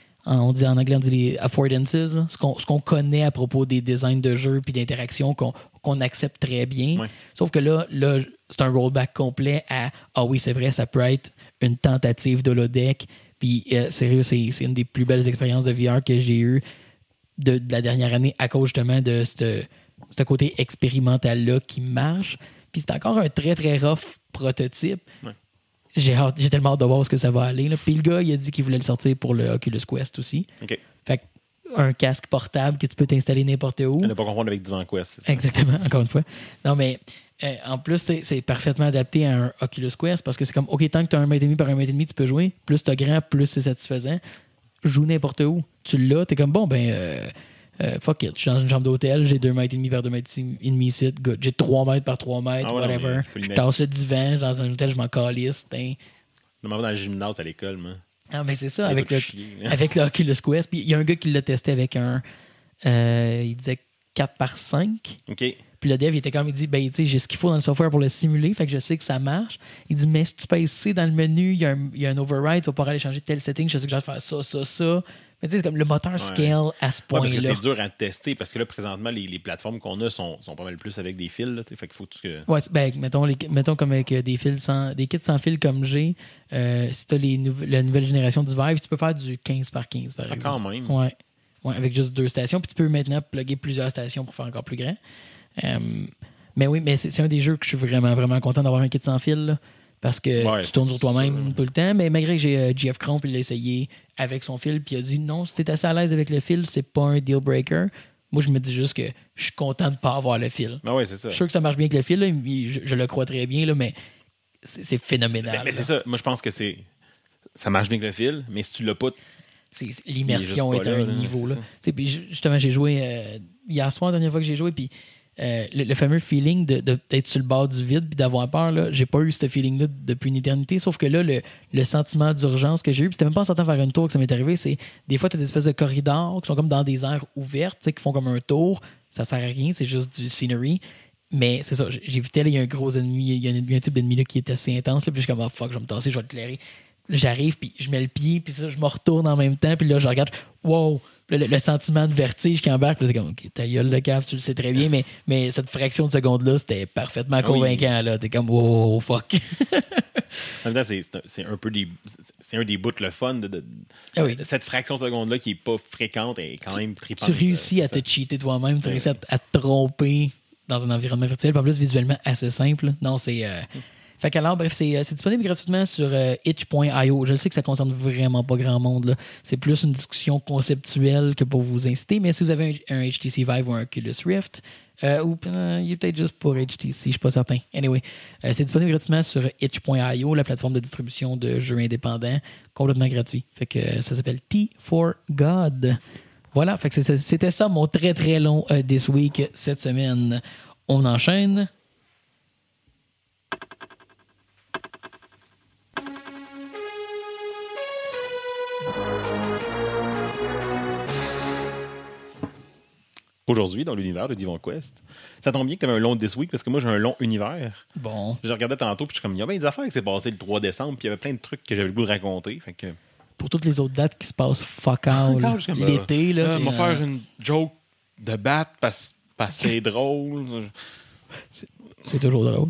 on dit en anglais, on dit les affordances, là, ce, qu'on, ce qu'on connaît à propos des designs de jeux puis d'interactions qu'on, qu'on accepte très bien. Ouais. Sauf que là, là, c'est un rollback complet à « Ah oui, c'est vrai, ça peut être une tentative d'holodeck. » Puis euh, sérieux, c'est, c'est une des plus belles expériences de V R que j'ai eues de, de la dernière année à cause justement de ce côté expérimental-là qui marche. Puis c'est encore un très, très rough prototype. Ouais. J'ai, hâte, j'ai tellement hâte de voir où est-ce que ça va aller. Là. Puis le gars, il a dit qu'il voulait le sortir pour le Oculus Quest aussi. Okay. Fait un casque portable que tu peux t'installer n'importe où. On ne pas confondre avec du VanQuest. C'est ça? Exactement, encore une fois. Non, mais euh, en plus, c'est, c'est parfaitement adapté à un Oculus Quest parce que c'est comme, OK, tant que tu as un mètre et demi par un mètre et demi, tu peux jouer. Plus tu as grand, plus c'est satisfaisant. Joue n'importe où. Tu l'as, tu es comme, bon, ben... Euh, Euh, fuck it, je suis dans une chambre d'hôtel, j'ai deux mètres et demi par deux mètres et demi ici, good. J'ai trois mètres par trois mètres, ah ouais, whatever. Non, je tasse le divan, dans un hôtel, je m'en calisse. T'in. Je m'en vais dans le gymnase à l'école, moi. Ah, mais c'est ça, avec le, avec le Oculus Quest. Puis il y a un gars qui l'a testé avec un, Euh, il disait quatre par cinq. OK. Puis le dev, il était comme, il dit, ben, tu sais, j'ai ce qu'il faut dans le software pour le simuler, fait que je sais que ça marche. Il dit, mais si tu pèses C dans le menu, il y a un, il y a un override, tu vas pouvoir aller changer tel setting, je sais que je vais faire ça, ça, ça. Mais tu sais, c'est comme le moteur Ouais. scale à ce Ouais, point-là. parce que c'est dur à tester, parce que là, présentement, les, les plateformes qu'on a sont, sont pas mal plus avec des fils, là, fait qu'il faut que... Ouais, ben, mettons, les, mettons comme avec des fils sans, des kits sans fil comme j'ai, euh, si tu as les nouve- la nouvelle génération du Vive, tu peux faire du quinze par quinze, par Ah, exemple. quand même. Ouais. Ouais, avec juste deux stations. Puis tu peux maintenant plugger plusieurs stations pour faire encore plus grand. Euh, mais oui, mais c'est, c'est un des jeux que je suis vraiment, vraiment content d'avoir un kit sans fil. Là, parce que Ouais, tu tournes sur toi-même ça. tout le temps. Mais malgré que j'ai euh, G F Crump, il l'a essayé avec son fil. Puis il a dit non, si t'es assez à l'aise avec le fil, c'est pas un deal breaker. Moi, je me dis juste que je suis content de pas avoir le fil. Ben ouais, c'est ça. Je suis sûr que ça marche bien avec le fil. Là, je, je le crois très bien, là, mais c'est, c'est phénoménal. Ben, mais c'est ça. Moi, je pense que c'est... Ça marche bien avec le fil, mais si tu l'as pas... C'est, c'est- l'immersion il est est à juste pas un là, là, niveau. c'est Là. ça. Tu sais, puis ju- justement, j'ai joué euh, hier soir, la dernière fois que j'ai joué, puis euh, le, le fameux feeling de, de, d'être sur le bord du vide puis d'avoir peur, là, j'ai pas eu ce feeling-là depuis une éternité. Sauf que là, le, le sentiment d'urgence que j'ai eu, puis c'était même pas en sortant faire une tour que ça m'est arrivé, c'est des fois, tu as des espèces de corridors qui sont comme dans des aires ouvertes, tu sais, qui font comme un tour. Ça sert à rien, c'est juste du scenery. Mais c'est ça, j'ai- j'évitais, là, il y a un gros ennemi, il y a un, il y a un type d'ennemi là, qui est assez intense, là, puis je suis comme, oh fuck, je vais me tasser, je vais te clairer. Là, j'arrive, puis je mets le pied, puis ça, je me retourne en même temps, puis là, je regarde, wow, le, le- le sentiment de vertige qui embarque, puis là, c'est comme, OK, ta gueule, le cave, tu le sais très bien, mais, mais cette fraction de seconde-là, c'était parfaitement Ah oui. convaincant, là. T'es comme, wow, fuck. En même temps, c'est, c'est, un, c'est un peu des... C'est un des bouts le fun de, de- Ah oui. de cette fraction de seconde-là qui est pas fréquente et quand même trippante. Tu réussis euh, à c'est te cheater toi-même, tu Ouais. réussis à, te- à te tromper dans un environnement virtuel, puis en plus, visuellement, assez simple. Non, c'est... euh, Fait qu'alors, bref, c'est, euh, c'est disponible gratuitement sur euh, itch point io. Je le sais que ça concerne vraiment pas grand monde, là. C'est plus une discussion conceptuelle que pour vous inciter, mais si vous avez un, un H T C Vive ou un Oculus Rift, euh, ou euh, il est peut-être juste pour H T C, je suis pas certain. Anyway, euh, c'est disponible gratuitement sur itch point io, la plateforme de distribution de jeux indépendants, complètement gratuit. Fait que euh, ça s'appelle T for God. Voilà, fait que c'est- c'était ça mon très très long euh, This Week cette semaine. On enchaîne. Aujourd'hui, dans l'univers de Divon Quest, ça tombe bien que tu avais un long This Week parce que moi, j'ai un long univers. Bon. Je regardais tantôt, puis je suis comme, il y a bien des affaires qui s'est passé le trois décembre, puis il y avait plein de trucs que j'avais le goût de raconter. Fait que. Pour toutes les autres dates qui se passent fuck all, Quand je suis comme, l'été, là. Euh, t'es m'a en- faire une joke de bat parce parce que c'est drôle. C'est toujours drôle.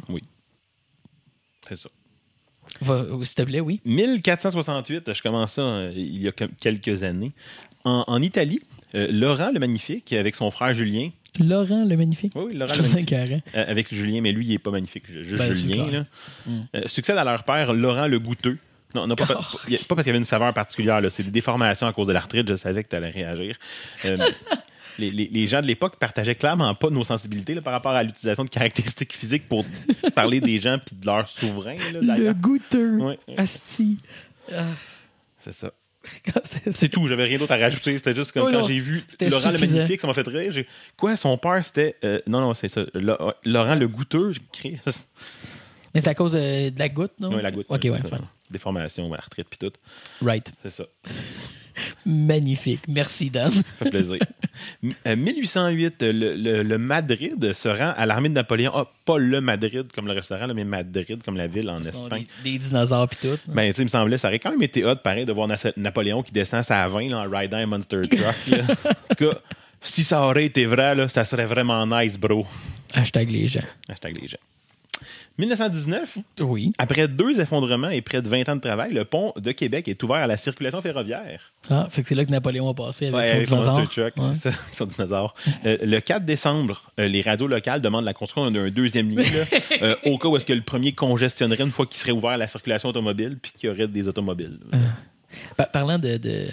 C'est ça. Va, s'il te plaît, oui. mille quatre cent soixante-huit, je commence ça euh, il y a comme quelques années. En, en Italie, euh, Laurent le Magnifique, avec son frère Julien. Laurent le Magnifique. Oui, oui, Laurent Je le trouve ça Magnifique. écœurant. Euh, avec Julien, mais lui, il n'est pas magnifique. Juste Ben, c'est Julien. clair. Là. Mm. Euh, succède à leur père, Laurent le Goûteux. Non, non pas, Oh. pas, il y a- pas parce qu'il y avait une saveur particulière. Là. C'est des déformations à cause de l'arthrite. Je savais que tu allais réagir. Euh, les, les- les gens de l'époque partageaient clairement pas nos sensibilités là, par rapport à l'utilisation de caractéristiques physiques pour parler des gens puis de leurs souverains. Là, Le d'ailleurs. goûteux. Ouais, ouais. Asti. Ah, C'est ça. c'est- C'est tout, j'avais rien d'autre à rajouter. C'était juste comme Oui, quand non, j'ai vu c'était Laurent suffisant. le Magnifique, ça m'a fait rire. J'ai... Quoi, son père, c'était. euh, non, non, c'est ça. La- Laurent le Goûteux, j'ai crié. Mais c'est à cause euh, de la goutte, non? Oui, la goutte. Ok, c'est ouais. ça. fine. Déformation, arthrite, puis tout. Right. C'est ça. Magnifique. Merci, Dan. Ça fait plaisir. M- euh, mille huit cent huit, le, le- le Madrid se rend à l'armée de Napoléon. Ah, pas le Madrid comme le restaurant, là, mais Madrid comme la ville en Sinon, Espagne. des, des dinosaures pis tout. Ben, tu sais, il me semblait, ça aurait quand même été hot, pareil, de voir Na- Napoléon qui descend sa vingt là, en riding un Monster Truck. Là. En tout cas, si ça aurait été vrai, là, ça serait vraiment nice, bro. Hashtag les gens. Hashtag les gens. dix-neuf cent dix-neuf, Oui. après deux effondrements et près de vingt ans de travail, le pont de Québec est ouvert à la circulation ferroviaire. Ah, fait que c'est là que Napoléon a passé avec Ouais, son avec son dinosaure. Monster Truck, Ouais. c'est ça, son dinosaure. Euh, le quatre décembre, euh, les radios locales demandent la construction d'un deuxième lien, là, euh, au cas où est-ce que le premier congestionnerait une fois qu'il serait ouvert à la circulation automobile puis qu'il y aurait des automobiles. Pa- parlant de, de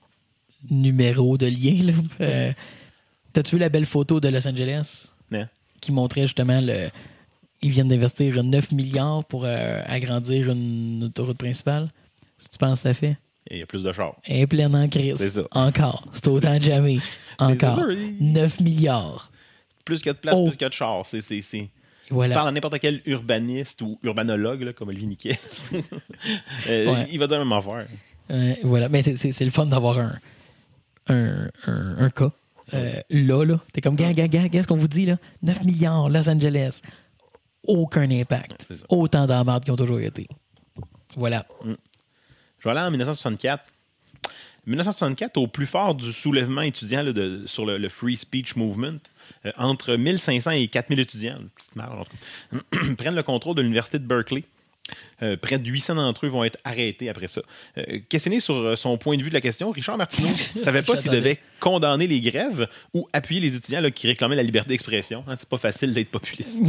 numéro de lien, là, euh, t'as-tu vu la belle photo de Los Angeles Non. qui montrait justement le. Ils viennent d'investir neuf milliards pour euh, agrandir une autoroute principale. Si tu penses que ça fait? Et il y a plus de chars. Et plein en crise. C'est ça. Encore. C'est autant de jamais. Encore. C'est sûr, il- neuf milliards. Plus qu'il y a de place, Oh. plus qu'il y a de chars. C'est, c'est, c'est... Et voilà. Parle à n'importe quel urbaniste ou urbanologue, là, comme Olivier Niquet. Euh, Ouais. Il va dire la même affaire. Euh, voilà. Mais c'est, c'est, c'est le fun d'avoir un, un, un, un cas euh, là, là. T'es comme, gars, gars, gars, qu'est-ce qu'on vous dit, là? neuf milliards, Los Angeles. Aucun impact. C'est ça. Autant d'emmerdes qui ont toujours été. Voilà. Mm. Je vais aller en dix-neuf cent soixante-quatre. dix-neuf cent soixante-quatre, au plus fort du soulèvement étudiant là, de, sur le, le Free Speech Movement, euh, entre mille cinq cents et quatre mille étudiants, une petite marge, en tout cas, prennent le contrôle de l'université de Berkeley. Euh, près de huit cents d'entre eux vont être arrêtés après ça. Euh, questionné sur euh, son point de vue de la question, Richard Martineau ne savait pas s'il devait condamner les grèves ou appuyer les étudiants là, qui réclamaient la liberté d'expression. Hein, c'est pas facile d'être populiste.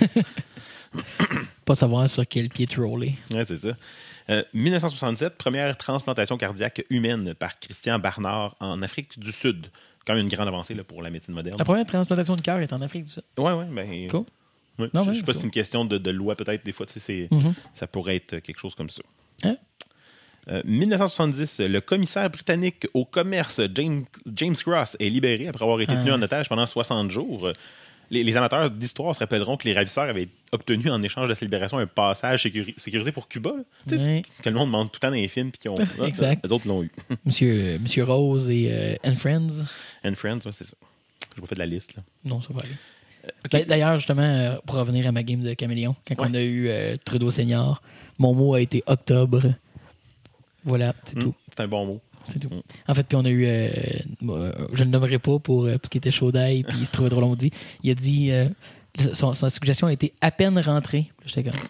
Pas savoir sur quel pied troller. Ouais, c'est ça. Euh, dix-neuf cent soixante-sept, première transplantation cardiaque humaine par Christian Barnard en Afrique du Sud. Quand même une grande avancée là, pour la médecine moderne. La première transplantation de cœur est en Afrique du Sud. Oui, oui. Ben, Cool. ouais, Non, je ne ouais, sais pas cool. si c'est une question de, de loi, peut-être, des fois, tu sais, c'est, Mm-hmm. ça pourrait être quelque chose comme ça. Hein? Euh, dix-neuf cent soixante-dix, le commissaire britannique au commerce James, James Cross est libéré après avoir été tenu Ah. en otage pendant soixante jours. Les, les amateurs d'histoire se rappelleront que les ravisseurs avaient obtenu en échange de sa libération un passage sécuri- sécurisé pour Cuba. Là. Tu sais, Ouais. c'est ce que le monde demande tout le temps dans les films. Puis qu'ils ont, Exact. Les autres l'ont eu. Monsieur, Monsieur Rose et euh, and Friends. And Friends, ouais, c'est ça. Je vous fais de la liste. Là. Non, ça va aller. OK. D'a- D'ailleurs, justement, euh, pour revenir à ma game de Caméléon, quand Ouais. on a eu euh, Trudeau Senior, mon mot a été octobre. Voilà, c'est Hum, tout. c'est un bon mot. C'est tout. Mm. En fait, puis on a eu. euh, euh, je ne le nommerai pas pour, euh, parce qu'il était chaud d'ail, puis il se trouvait drôle, on dit. Il a dit. euh, son, son suggestion a été à peine rentrée. J'étais comme.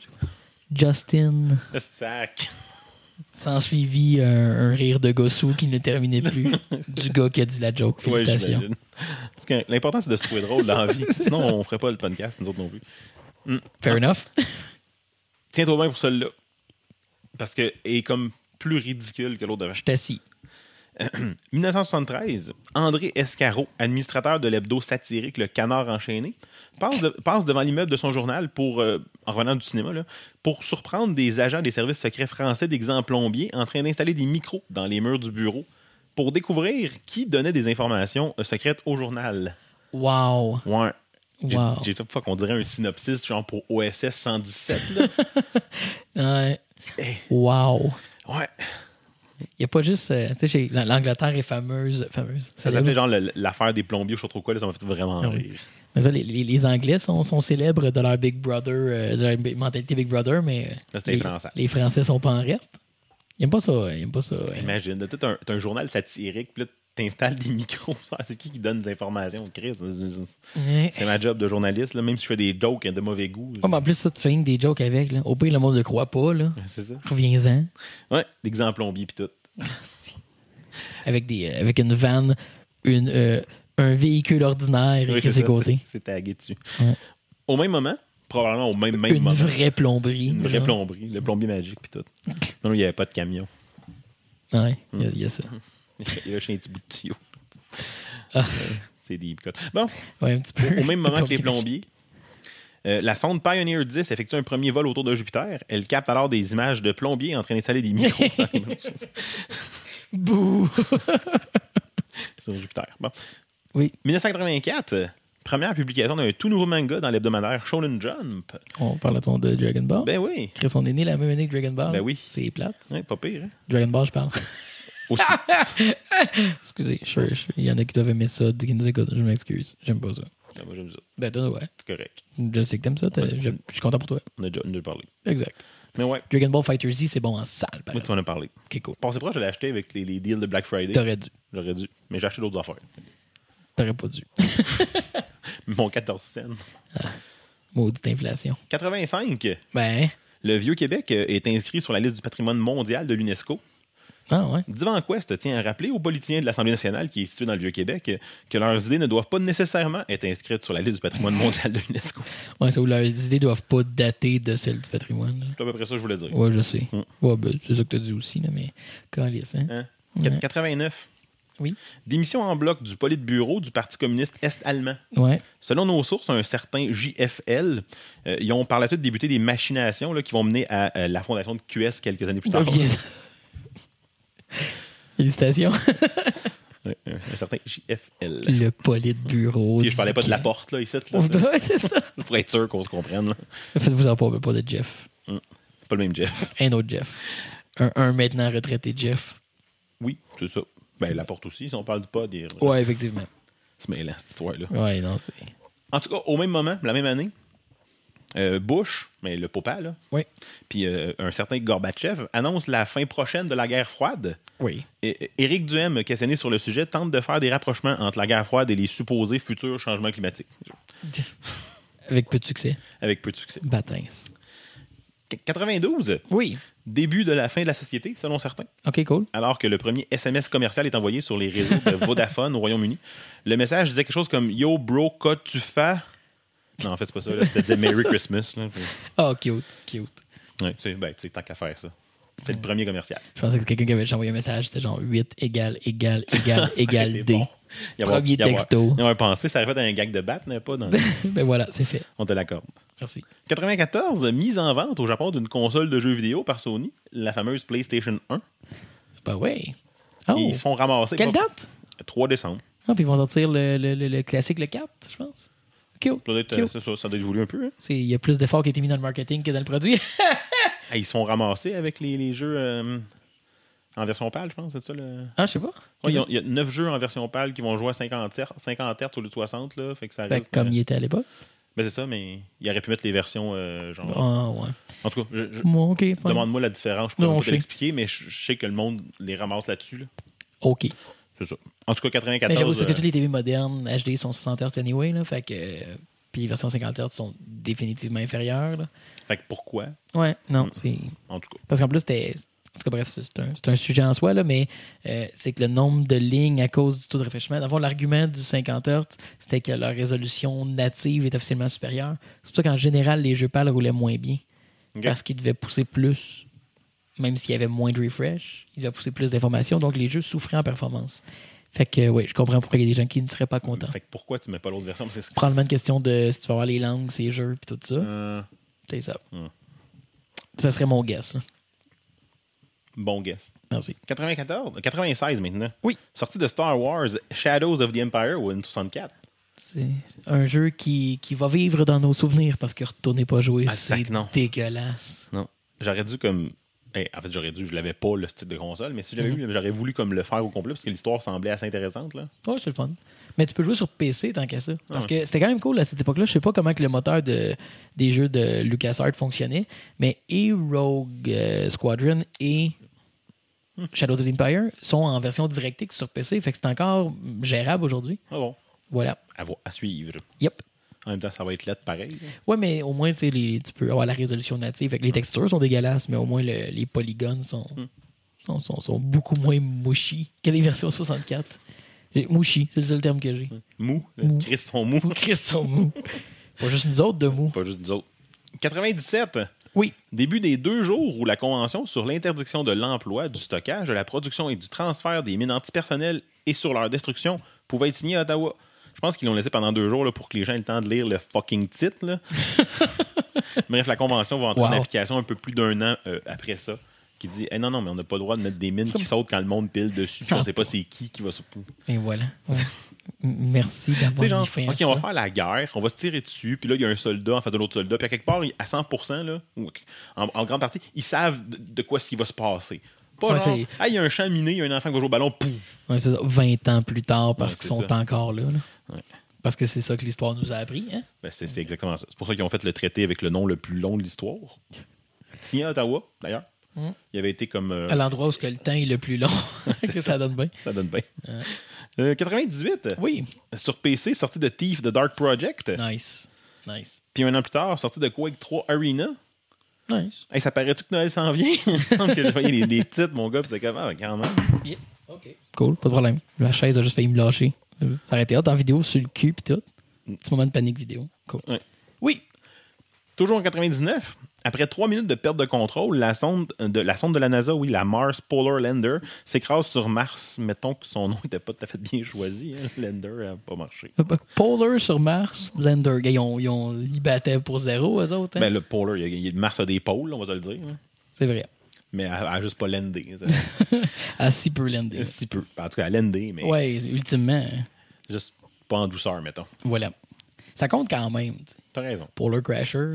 Justin. Le sac. S'en suivit un, un rire de gossou qui ne terminait plus. Du gars qui a dit la joke. Ouais, Félicitations. j'imagine. Parce que l'important, c'est de se trouver drôle dans la vie. C'est Sinon, ça. on ne ferait pas le podcast, nous autres non plus. Fair enough. Tiens-toi bien pour celle-là. Parce qu'elle est comme plus ridicule que l'autre d'avant. Je t'assis. dix-neuf cent soixante-treize, André Escarot, administrateur de l'hebdo satirique Le Canard enchaîné, passe, de- passe devant l'immeuble de son journal pour, euh, en revenant du cinéma, là, pour surprendre des agents des services secrets français déguisés en plombiers en train d'installer des micros dans les murs du bureau pour découvrir qui donnait des informations euh, secrètes au journal. Wow. Ouais. J'ai Wow. j'ai dit fois qu'on dirait un synopsis genre pour O S S cent dix-sept. Là. Ouais. Hey. Wow. Ouais. Il n'y a pas juste. euh, tu sais, chez- l'Angleterre est fameuse. fameuse Ça s'appelait genre le- l'affaire des plombiers, je sais pas trop quoi, là, ça m'a fait vraiment Ah oui. rire. Mais ça, les, les- les Anglais sont, sont célèbres de leur Big Brother, euh, de leur bi- mentalité Big Brother, mais euh, Là, c'était les, les Français. les Français sont pas en reste. Ils n'aiment pas ça. Ils aiment pas ça. euh. Imagine, là, t'as un, t'as un journal satirique, puis là, t'installes des micros. Ah, c'est qui qui donne des informations? Chris, c'est- Ouais. c'est ma job de journaliste, là, même si je fais des jokes de mauvais goût. Oh, mais en plus, ça, tu fais rien que des jokes avec. Là. Au pire, le monde ne le croit pas. Là. C'est ça. Reviens-en. Ouais, d'exemple plombier, puis tout. Avec, des, euh, avec une vanne, une, euh, un véhicule ordinaire Oui, écrit c'est à ses ça, côtés. c'est- C'est tagué dessus. Ouais. Au même moment, probablement au même, même Une moment. vraie plomberie. Une vraie genre. plomberie, le plombier magique, puis tout. Non, non, il n'y avait pas de camion. Ouais, il y a- il y, a ça. Il y avait juste un petit bout de tuyau. Ah. Euh, C'est des picotes. Bon, Ouais, un petit peu. au même moment que les plombiers, euh, la sonde Pioneer dix effectue un premier vol autour de Jupiter. Elle capte alors des images de plombiers en train d'installer des micros Bouh! sur Jupiter. Bon. Oui. dix-neuf cent quatre-vingt-quatre, euh, première publication d'un tout nouveau manga dans l'hebdomadaire Shonen Jump. On parle-t-on de Dragon Ball? Ben oui. Chris, on est né la même année que Dragon Ball. Ben oui. C'est plate. Ouais, pas pire, hein? Dragon Ball, je parle. Aussi. Excusez, je suis- je- il y en a qui doivent aimer ça, qui nous écoutent. Je m'excuse. J'aime pas ça. Ben, moi, j'aime ça. Ben, toi, ouais. C'est correct. Je sais que t'aimes ça. t'as- Je, je suis content pour toi. On a déjà, on a déjà parlé. Exact. Mais ouais, Dragon Ball Fighter Z, c'est bon en salle, par moi, tu exemple. en as parlé. Ok, cool. Pensez pas, je l'ai acheté avec les, les deals de Black Friday. T'aurais dû. J'aurais dû. Mais j'ai acheté d'autres affaires. T'aurais pas dû. Mon quatorze cents. Maudite inflation. quatre-vingt-cinq. Ben, Le Vieux-Québec euh, est inscrit sur la liste du patrimoine mondial de l'UNESCO. ah ouais. Divan Quest tient à rappeler aux politiciens de l'Assemblée nationale qui est située dans le Vieux-Québec euh, que leurs idées ne doivent pas nécessairement être inscrites sur la liste du patrimoine mondial de l'UNESCO. Ouais, c'est où leurs idées doivent pas dater de celles du patrimoine. là. C'est à peu près ça que je voulais dire. Ouais, je sais. Mm. Ouais, ben, c'est ça que t'as dit aussi, là, mais calice, hein? Hein? Ouais. quatre-vingt-neuf. Oui. Démission en bloc du Politburo du Parti communiste est-allemand. Ouais. Selon nos sources, un certain J F L, euh, ils ont par la suite débuté des machinations là, qui vont mener à euh, la fondation de Q S quelques années plus tard. Bien. Félicitations. Ouais, un, un certain J F L. Le Politburo. Puis je parlais pas de la du- porte, là, ici, là, Ouais, c'est ça. pour être sûr qu'on se comprenne. là. Faites-vous en pas, mais pas de Jeff. C'est pas le même Jeff. Un autre Jeff. Un, un maintenant retraité Jeff. Oui, c'est ça. Ben, la porte aussi, si on parle du pas. Des... Ouais, effectivement. C'est mêlant, cette histoire-là. Ouais, non, c'est. En tout cas, au même moment, la même année, euh, Bush, mais le papa, là, Oui. puis euh, un certain Gorbatchev annonce la fin prochaine de la guerre froide. Oui. Et Éric Duhem, questionné sur le sujet, tente de faire des rapprochements entre la guerre froide et les supposés futurs changements climatiques. Avec peu de succès. Avec peu de succès. Bâtins. quatre-vingt-douze, Oui. début de la fin de la société, selon certains. OK, cool. Alors que le premier S M S commercial est envoyé sur les réseaux de Vodafone au Royaume-Uni. Le message disait quelque chose comme « Yo, bro, qu'as tu fais? » Non, en fait, c'est pas ça. Là. C'était disait « Merry Christmas ». Ah, cute. Cute. Ouais, tu sais, ben, tu sais, tant qu'à faire ça. C'est le premier commercial. Je pensais que c'était quelqu'un qui avait envoyé un message. C'était genre huit égale, égale, égale, égale D. Bon. Y avoir, Premier y avoir, texto. Y avoir pensé, ça aurait fait un gag de bat, mais pas dans le... Ben voilà, c'est fait. On te l'accorde. Merci. quatre-vingt-quatorze, mise en vente au Japon d'une console de jeux vidéo par Sony, la fameuse PlayStation un. Ben oui. Oh. Ils se font ramasser. Quelle date? trois décembre. Ah, puis ils vont sortir le, le, le, le classique, le quatre, je pense. Cute. Ça doit être, Cute. c'est ça, ça doit être voulu un peu. Hein? C'est- Il y a plus d'efforts qui ont été mis dans le marketing que dans le produit. Ah, ils se font ramasser avec les, les jeux euh, en version PAL, je pense. C'est ça le... Ah, je sais pas. Ouais, ils ont- il y a neuf jeux en version PAL qui vont jouer à cinquante hertz, cinquante hertz au lieu de soixante. Là, fait que ça Ben, reste, comme euh, il était à l'époque. ben, c'est ça, mais il aurait pu mettre les versions euh, genre. Ah, ouais. En tout cas, je, je- Bon, OK. fine. demande-moi la différence. Je peux Non, pas je te sais. l'expliquer, mais je, je sais que le monde les ramasse là-dessus. Là. OK. C'est ça. En tout cas, Mais quatre-vingt-quatorze. j'avoue que euh, toutes les T V modernes H D sont soixante hertz anyway. Là, fait que, euh, puis les versions cinquante hertz sont définitivement inférieures. Là. Fait que pourquoi? Ouais, non, Mm. c'est. En tout cas. Parce qu'en plus, c'était. En tout cas, bref, c'est un, c'est un sujet en soi, là, mais euh, c'est que le nombre de lignes à cause du taux de rafraîchissement. D'abord, l'argument du cinquante hertz, c'était que leur résolution native est officiellement supérieure. C'est pour ça qu'en général, les jeux PAL roulaient moins bien. Ok. Parce qu'ils devaient pousser plus, même s'il y avait moins de refresh, ils devaient pousser plus d'informations. Donc, les jeux souffraient en performance. Fait que, oui, je comprends pourquoi il y a des gens qui ne seraient pas contents. Fait que pourquoi tu mets pas l'autre version? Parce que c'est- Probablement une question de si tu vas avoir les langues, ces jeux, puis tout ça. Euh, C'est ça. Hmm. Ça serait mon guess. Là. bon guess. Merci. quatre-vingt-quatorze, quatre-vingt-seize maintenant. Oui. Sortie de Star Wars Shadows of the Empire ou N soixante-quatre. C'est un jeu qui, qui va vivre dans nos souvenirs parce que retournez pas jouer, Ah, c'est sac, non. dégueulasse. Non. J'aurais dû comme. Eh, en fait, j'aurais dû, je l'avais pas le style de console, mais si j'avais Mhm. eu, j'aurais voulu comme le faire au complet parce que l'histoire semblait assez intéressante. Là. Ouais, c'est le fun. Mais tu peux jouer sur P C tant qu'à ça. Parce Ah que c'était quand même cool à cette époque-là. Je sais pas comment que le moteur de, des jeux de LucasArts fonctionnait, mais et Rogue euh, Squadron et Shadows of the Empire sont en version DirectX sur P C. Fait que c'est encore gérable aujourd'hui. Ah bon. Voilà. À, vo- à suivre. Yep. En même temps, ça va être lettre pareil. là. Ouais, mais au moins, tu sais, les- tu peux avoir la résolution native. Fait que les textures sont dégueulasses, mais au moins le- les polygones sont, Hmm. sont, sont, sont beaucoup moins mushy que les versions soixante-quatre. Et Mushy, c'est le seul terme que j'ai. Mou. Mou. Chris sont mous. Chris sont mous. Pas juste nous autres de mous. Pas juste nous autres. quatre-vingt-dix-sept. Oui. Début des deux jours où la Convention sur l'interdiction de l'emploi, du stockage, de la production et du transfert des mines antipersonnelles et sur leur destruction pouvait être signée à Ottawa. Je pense qu'ils l'ont laissé pendant deux jours là, pour que les gens aient le temps de lire le fucking titre. Là. Bref, la Convention va entrer Wow. en application un peu plus d'un an euh, après ça, qui dit hey, non, non, mais on n'a pas le droit de mettre des mines qui sautent quand le monde pile dessus. puis On ne sait pas c'est qui qui va se. Et voilà. Ouais. M- Merci Tu sais, d'avoir genre, mis fin à OK, ça. on va faire la guerre, on va se tirer dessus, puis là, il y a un soldat en face de l'autre soldat, puis à quelque part, il- à cent pour cent, là, ou en, en grande partie, ils savent de, de quoi ce qui va se passer. Pas Ouais, genre, c'est- ah, il y a un champ miné, il y a un enfant qui va jouer au ballon, pouf! Ouais, c'est ça, vingt ans plus tard, parce Ouais, qu'ils c'est sont ça. encore là. là. Ouais. Parce que c'est ça que l'histoire nous a appris. Hein? Ben, c'est c'est exactement ça. C'est pour ça qu'ils ont fait le traité avec le nom le plus long de l'histoire. Signé à Ottawa, d'ailleurs. Mm. Il avait été comme. euh, À l'endroit où ce que le temps est le plus long. que C'est ça donne bien. ça donne bien. Ouais. Euh, quatre-vingt-dix-huit, Oui. sur P C, sorti de Thief The Dark Project. Nice. Nice. Puis un an plus tard, sorti de Quake trois Arena. Nice. Hey, ça paraît-tu que Noël s'en vient? Il me semble que je voyais les, les titres, mon gars, puis c'est comme, ah, quand même. Yeah. OK. Cool, pas de problème. La chaise a juste failli me lâcher. Ça aurait été hot en vidéo sur le cul pis tout. Petit moment de panique vidéo. Cool. Ouais. Oui. Toujours en quatre-vingt-dix-neuf, après trois minutes de perte de contrôle, la sonde de la, sonde de la NASA, oui, la Mars Polar Lander, s'écrase sur Mars. Mettons que son nom n'était pas tout à fait bien choisi. Hein. Lander n'a pas marché. Polar sur Mars, Lander. Ils, ont, ils, ont, ils battaient pour zéro, eux autres. Hein? Ben, le Polar, il y a- il y a- Mars a des pôles, on va se le dire. hein. C'est vrai. Mais elle n'a juste pas landé. À si peu lander. Si peu. En tout cas, elle a landé, mais Ouais, ultimement. juste pas en douceur, mettons. Voilà. Ça compte quand même. t'sais. T'as raison. Polar Crasher.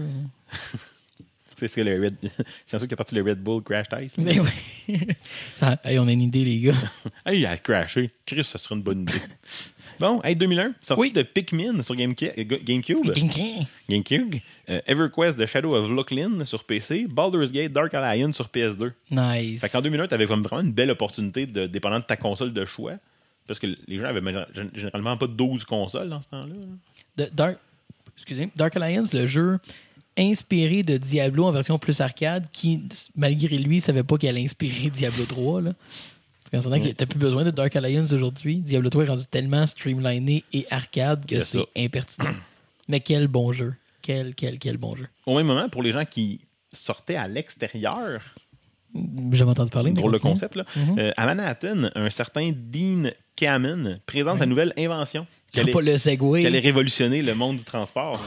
C'est ce que le Red... C'est sûr qu'il est parti le Red Bull Crash Test. là. Mais oui. Ça, hey, on a une idée, les gars. Hey, il a crashé. Chris, ça serait une bonne idée. Bon, hey, deux mille un, sortie Oui. de Pikmin sur GameCube. GameCube. GameCube. Euh, EverQuest The Shadow of Lochlin sur P C. Baldur's Gate Dark Alliance sur P S deux. Nice. Fait qu'en deux mille un, tu avais vraiment une belle opportunité, de, dépendant de ta console de choix. Parce que les gens avaient généralement pas douze consoles dans ce temps-là. De Dark, excusez, Dark Alliance, le jeu inspiré de Diablo en version plus arcade, qui, malgré lui, savait pas qu'il allait inspirer Diablo trois. Là. C'est quand mm. que t'as plus besoin de Dark Alliance aujourd'hui. Diablo trois est rendu tellement streamliné et arcade que c'est, c'est impertinent. Mais quel bon jeu. Quel, quel, quel bon jeu. Au même moment, pour les gens qui sortaient à l'extérieur, j'ai entendu parler. Drôle de concept, là. Mm-hmm. Euh, à Manhattan, un certain Dean Kamen présente oui. sa nouvelle invention qui allait, pas le Segway. qui allait révolutionner le monde du transport.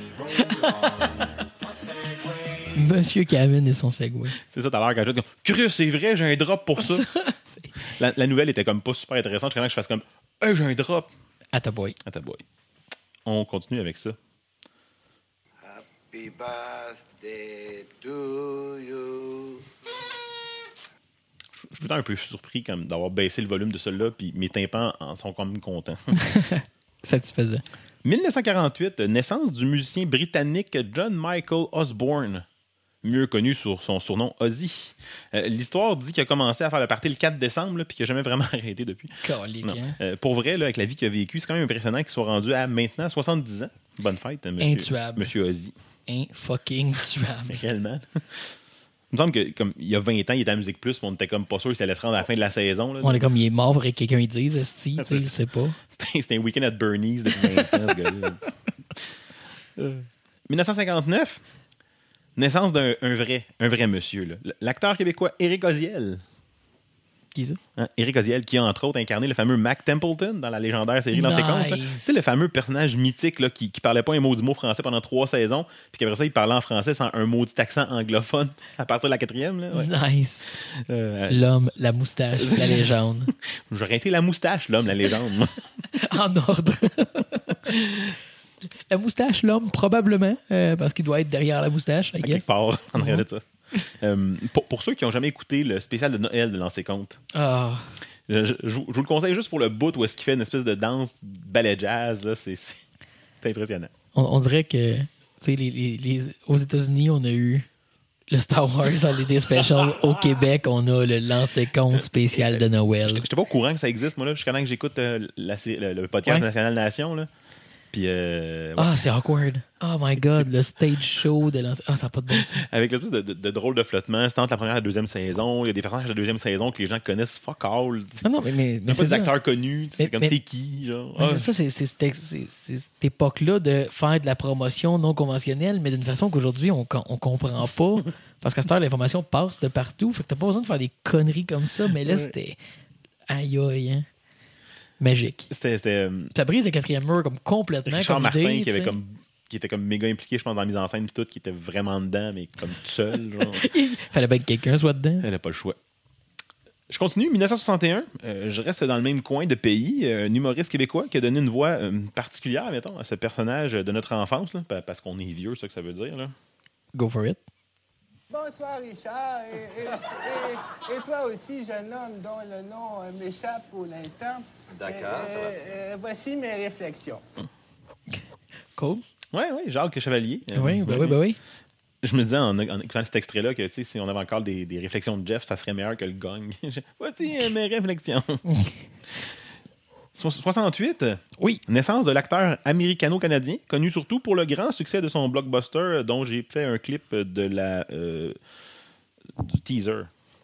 Monsieur Kamen et son Segway. C'est ça, tout à l'heure, quand je dis « Curieux, c'est vrai, j'ai un drop pour ça. » la, la nouvelle était comme pas super intéressante. Je que je fasse comme « Hey, j'ai un drop. » À ta boy. À ta boy. On continue avec ça. Happy birthday to you. Je suis tout le temps un peu surpris comme, d'avoir baissé le volume de celui-là, puis mes tympans en sont quand même contents. Satisfaisant. dix-neuf cent quarante-huit, naissance du musicien britannique John Michael Osborne, mieux connu sous son surnom Ozzy. Euh, l'histoire dit qu'il a commencé à faire le party le quatre décembre, là, puis qu'il n'a jamais vraiment arrêté depuis. Calique, hein? euh, pour vrai, là, avec la vie qu'il a vécue, c'est quand même impressionnant qu'il soit rendu à maintenant soixante-dix ans. Bonne fête, monsieur, Intuable. monsieur Ozzy. Un fucking tuable. Réellement. Il me semble que comme il y a vingt ans, il était à Musique Plus, mais on était comme pas sûr qu'il allait se rendre à la fin de la saison. Là, on est comme il est mort et quelqu'un il dise, esti, tu sais, il sait pas. C'était, c'était un week-end at Bernie's depuis vingt ans, ce gars-là. euh. dix-neuf cent cinquante-neuf, naissance d'un un vrai, un vrai monsieur. Là. L'acteur québécois Éric Oziel. Qui ça? Hein, Éric Oziel, qui a entre autres incarné le fameux Mac Templeton dans la légendaire série Dans ses comptes. Tu sais, le fameux personnage mythique là, qui, qui parlait pas un mot du mot français pendant trois saisons, puis qu'après ça, il parlait en français sans un maudit accent anglophone à partir de la quatrième. Là, ouais. Nice. Euh, l'homme, la moustache, la légende. J'aurais été la moustache, l'homme, la légende. Moi. En ordre. La moustache, l'homme, probablement, euh, parce qu'il doit être derrière la moustache, I à guess. Quelque part, en arrière de ça. Euh, pour, pour ceux qui n'ont jamais écouté le spécial de Noël de Lancer Compte, oh. je, je, je, vous, je vous le conseille juste pour le bout où est-ce qu'il fait une espèce de danse ballet jazz. Là, c'est, c'est, c'est impressionnant. On, on dirait que les, les, les, aux États-Unis, on a eu le Star Wars Holiday Special. Au Québec, on a le Lancer Compte spécial de Noël. Je n'étais pas au courant que ça existe, moi, là, jusqu'à temps que j'écoute euh, la, le, le podcast ouais. National Nation. Là. Puis, euh, ouais. Ah, c'est awkward. Oh my God, le stage show de l'ancien. Ah, ça n'a pas de bon sens. Avec l'espèce de, de, de drôle de flottement, c'est entre la première et la deuxième saison. Il y a des personnages de la deuxième saison que les gens connaissent fuck all. Non, non, mais, mais, mais c'est pas des acteurs connus. C'est mais, comme mais, t'es qui, genre. Ah. C'est ça, c'est, c'est, c'est, c'est, c'est cette époque-là de faire de la promotion non conventionnelle, mais d'une façon qu'aujourd'hui, on, on comprend pas. Parce qu'à cette heure, l'information passe de partout. Fait que t'as pas besoin de faire des conneries comme ça, mais là, ouais. c'était. Aïe, aïe, hein. Magique. C'était, c'était, ça brise le quatrième mur comme complètement. Richard comme Martin idée, qui, avait comme, qui était comme méga impliqué, je pense, dans la mise en scène et tout, qui était vraiment dedans, mais comme tout seul. Genre. Il fallait bien que quelqu'un soit dedans. Elle n'a pas le choix. Je continue. dix-neuf cent soixante et un, euh, je reste dans le même coin de pays. Euh, un humoriste québécois qui a donné une voix euh, particulière, mettons, à ce personnage de notre enfance, là, parce qu'on est vieux, c'est ça que ça veut dire. Là. Go for it. Bonsoir, Richard. Et, et, et, et toi aussi, jeune homme dont le nom euh, m'échappe pour l'instant. D'accord. Euh, euh, euh, voici mes réflexions. Cool. Oui, oui, Jacques Chevalier. Euh, oui, ben oui, ben oui. Je me disais en, en écoutant cet extrait-là que si on avait encore des, des réflexions de Jeff, ça serait meilleur que le gong. Voici mes réflexions. soixante-huit. Oui. Naissance de l'acteur américano-canadien, connu surtout pour le grand succès de son blockbuster, dont j'ai fait un clip de la euh, du teaser.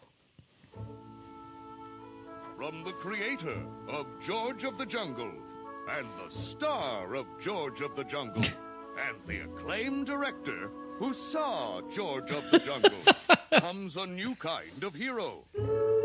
From the creator of George of the Jungle and the star of George of the Jungle and the acclaimed director who saw George of the Jungle comes a new kind of hero. Tu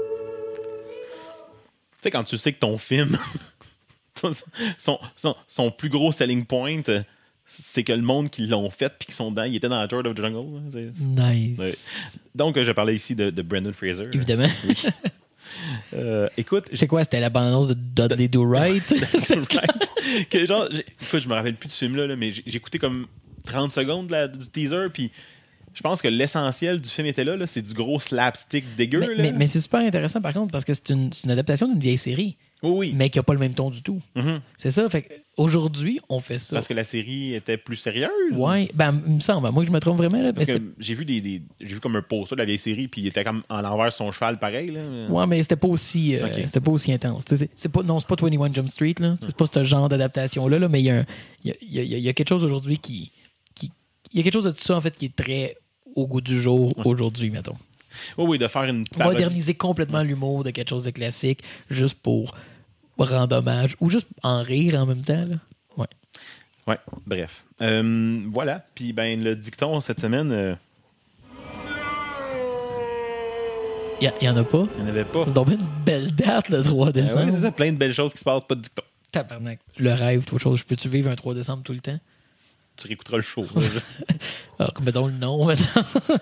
sais, quand tu sais que ton film, son, son, son plus gros selling point, c'est que le monde qui l'ont fait puis qui sont dedans, ils étaient dans George of the Jungle. C'est... Nice. Ouais. Donc, je parlais ici de, de Brendan Fraser. Évidemment. Oui. Euh, écoute, c'est quoi? C'était la bande-annonce de Dudley Do Right? que, genre, écoute, je me rappelle plus de ce film-là, là, mais j'ai, j'ai écouté comme trente secondes de la, du teaser, puis je pense que l'essentiel du film était là, là c'est du gros slapstick dégueu. Mais, là. mais, mais c'est super intéressant, par contre, parce que c'est une, c'est une adaptation d'une vieille série, Oui, oui. mais qui n'a pas le même ton du tout. Mhm. C'est ça. Fait que aujourd'hui, on fait ça. Parce que la série était plus sérieuse. Ouais, ben, il me semble. Moi, je me trompe vraiment. Là, Parce mais que j'ai vu des, des j'ai vu comme un poster de la vieille série, puis il était comme en l'envers sur son cheval, pareil. Là. ouais, mais c'était pas aussi, euh, Ok. c'était pas aussi intense. C'est, c'est pas, non, c'est pas vingt et un Jump Street. Là. C'est pas ce genre d'adaptation-là, là, mais il y a, un- il y, a, il y, a, il y a quelque chose aujourd'hui qui, qui. Il y a quelque chose de tout ça, en fait, qui est très au goût du jour Ouais. aujourd'hui, mettons. Oui, oui, de faire une parodie. Moderniser complètement l'humour de quelque chose de classique, juste pour rendre hommage, ou juste en rire en même temps. Là. Ouais. Ouais, bref. Euh, voilà. Puis, ben, le dicton cette semaine, euh, Il y, y en a pas. il n'y en avait pas. C'est donc bien une belle date, le trois Euh, décembre. ouais, c'est ça, plein de belles choses qui se passent, pas de dicton. Tabarnak. Le rêve, toi, chose. Je peux-tu vivre un trois décembre tout le temps? Tu réécouteras le show. là. Ah, mettons le nom, maintenant.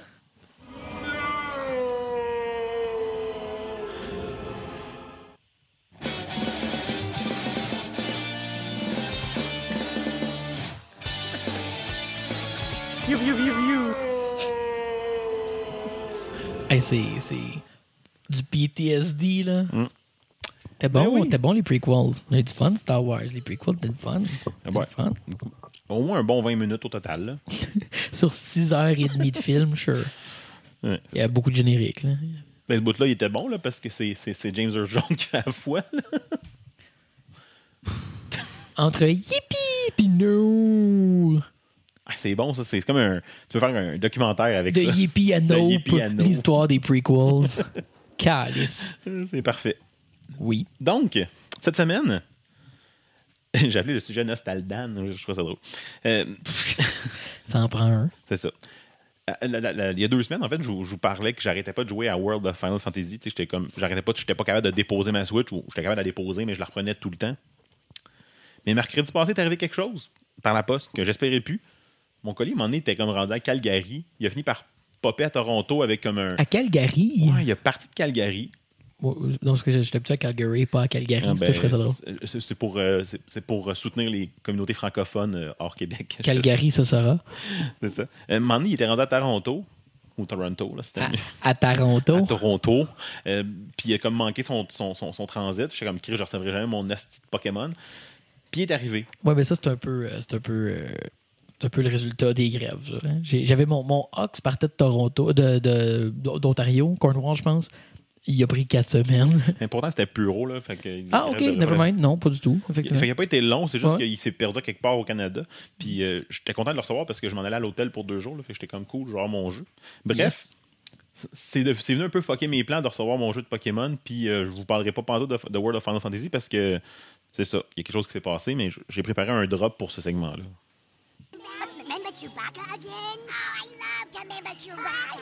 Hey, c'est, c'est du P T S D, là. Mm. T'es bon, Ben oui. t'es bon, les prequels. On a eu du fun, Star Wars. Les prequels, t'es le fun. T'es ouais. le fun. Au moins un bon vingt minutes au total. Là. Sur six heures et demie de film, sure. Ouais. Il y a beaucoup de génériques, là. Ben, ce bout-là, il était bon là, parce que c'est, c'est, c'est James Earl Jones qui fait la foi. Là. Entre Yippee pis No. Ah, c'est bon, ça. C'est comme un. Tu peux faire un documentaire avec De ça. Yippee à De Nope, Yippee à Nope. l'histoire des prequels. Calice. C'est parfait. Oui. Donc, cette semaine, j'ai appelé le sujet Nostaldan. Je trouve ça drôle. Euh, Ça en prend un. c'est ça. Euh, la- la- la- il y a deux semaines, en fait, je, vous- je vous parlais que j'arrêtais pas de jouer à World of Final Fantasy. Tu sais, j'étais comme, j'arrêtais pas, j'étais pas capable de déposer ma Switch ou j'étais capable de la déposer, mais je la reprenais tout le temps. Mais mercredi passé, est arrivé quelque chose par la poste que j'espérais plus. Mon colis, à un moment donné, était comme rendu à Calgary. Il a fini par popper à Toronto avec comme un. À Calgary? Ouais, il est parti de Calgary. Ouais, non, parce que j'étais habitué à Calgary, pas à Calgary. Ah, c'est ben, ça, je ferais ça drôle. c'est, c'est pour, euh, c'est, c'est pour euh, soutenir les communautés francophones euh, hors Québec. Calgary, ça sera. C'est ça. Euh, un moment donné, il était rendu à Toronto. Ou Toronto, là, c'était À, mieux. à Toronto. À Toronto. Euh, puis il a comme manqué son, son, son, son transit. Je suis comme, je ne recevrai jamais mon asti de Pokémon. Puis il est arrivé. Ouais, mais ça, c'est un peu, euh, c'est un peu, euh, c'est un peu le résultat des grèves. ça, hein. J'ai- J'avais mon, mon Ox partait de Toronto, de, de- d'Ontario, Cornwall, je pense. Il a pris quatre semaines. Mais pourtant, c'était Puro. Là, fait que, Ah, ok, never mind. Non, pas du tout. Fait Effectivement. qu'il n'a pas été long, c'est juste Ouais. qu'il s'est perdu quelque part au Canada. Puis euh, j'étais content de le recevoir parce que je m'en allais à l'hôtel pour deux jours. Là, fait que j'étais comme cool, je vais avoir mon jeu. Bref, Yes. c'est, de- c'est venu un peu fucker mes plans de recevoir mon jeu de Pokémon. Puis euh, je vous parlerai pas pendant de, de World of Final Fantasy parce que c'est ça. Il y a quelque chose qui s'est passé, mais j- j'ai préparé un drop pour ce segment-là. Remember Chewbacca again? Oh, I love to remember Chewbacca.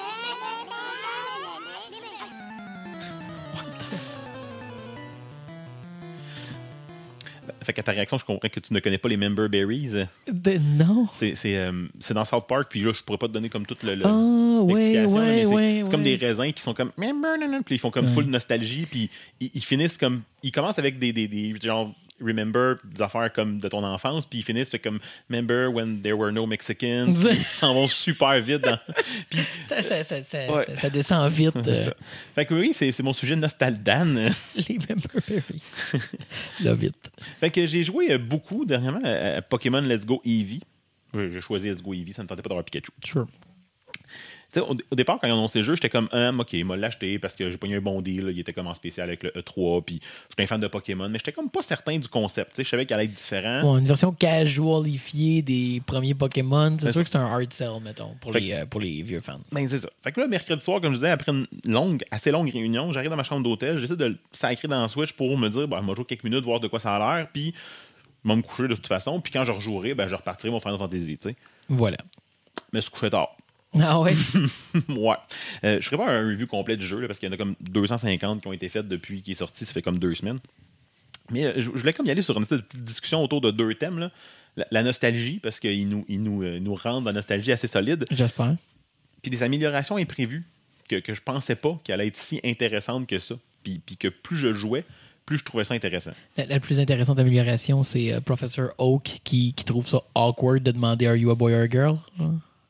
Fait qu'à ta réaction, je comprends que tu ne connais pas les Member Berries. De- non. C'est, c'est, euh, c'est dans South Park, puis là, je pourrais pas te donner comme tout le. le- Ah, ouais, l'explication, ouais, mais c'est, ouais. c'est comme ouais. des raisins qui sont comme Member, nan, nan, puis ils font comme Ouais. full nostalgie, puis ils, ils finissent comme. Ils commencent avec des, des, des genre Remember des affaires comme de ton enfance, puis ils finissent fait comme Remember when there were no Mexicans. Puis ils s'en vont super vite. Dans, puis, Ça, ça, ça, ça, Ouais. ça, ça descend vite. c'est euh, ça. Fait que oui, c'est, c'est mon sujet Nostaldan. les Memberberries. Love it. Fait que j'ai joué euh, beaucoup dernièrement à, à Pokémon Let's Go Eevee. J'ai j'ai choisi Let's Go Eevee, ça ne me tentait pas d'avoir Pikachu. Sure. Tu sais, Au, au départ, quand ils ont annoncé le jeu, j'étais comme, ah, ok, il m'a l'acheté parce que j'ai pas eu un bon deal. là. Il était comme en spécial avec le E trois. Puis je suis un fan de Pokémon, mais j'étais comme pas certain du concept. Tu sais, je savais qu'il allait être différent. Bon, une version casualifiée des premiers Pokémon. C'est C'est sûr ça. que c'est un hard sell, mettons, pour, Fait les, euh, pour les vieux fans. Ben, c'est ça. Fait que là, mercredi soir, comme je disais, après une longue, assez longue réunion, j'arrive dans ma chambre d'hôtel, j'essaie de le sacrer dans la Switch pour me dire, ben, je vais jouer quelques minutes, voir de quoi ça a l'air, puis je vais me coucher de toute façon. Puis quand je rejouerai, ben, je repartirai mon Final Fantasy. Tu sais. Voilà. Mais je couchais tard. Ah ouais? Ouais. Euh, je ferai pas un review complet du jeu là, parce qu'il y en a comme deux cent cinquante qui ont été faites depuis qu'il est sorti, ça fait comme deux semaines. Mais euh, je, je voulais comme y aller sur une petite discussion autour de deux thèmes. Là. La, la nostalgie, parce qu'ils nous, ils nous, euh, nous rendent la nostalgie assez solide, J'espère. puis des améliorations imprévues que, que je pensais pas qu'elle allait être si intéressante que ça. Puis, puis que plus je jouais, plus je trouvais ça intéressant. La, la plus intéressante amélioration, c'est euh, Professor Oak qui, qui trouve ça awkward de demander Are you a boy or a girl?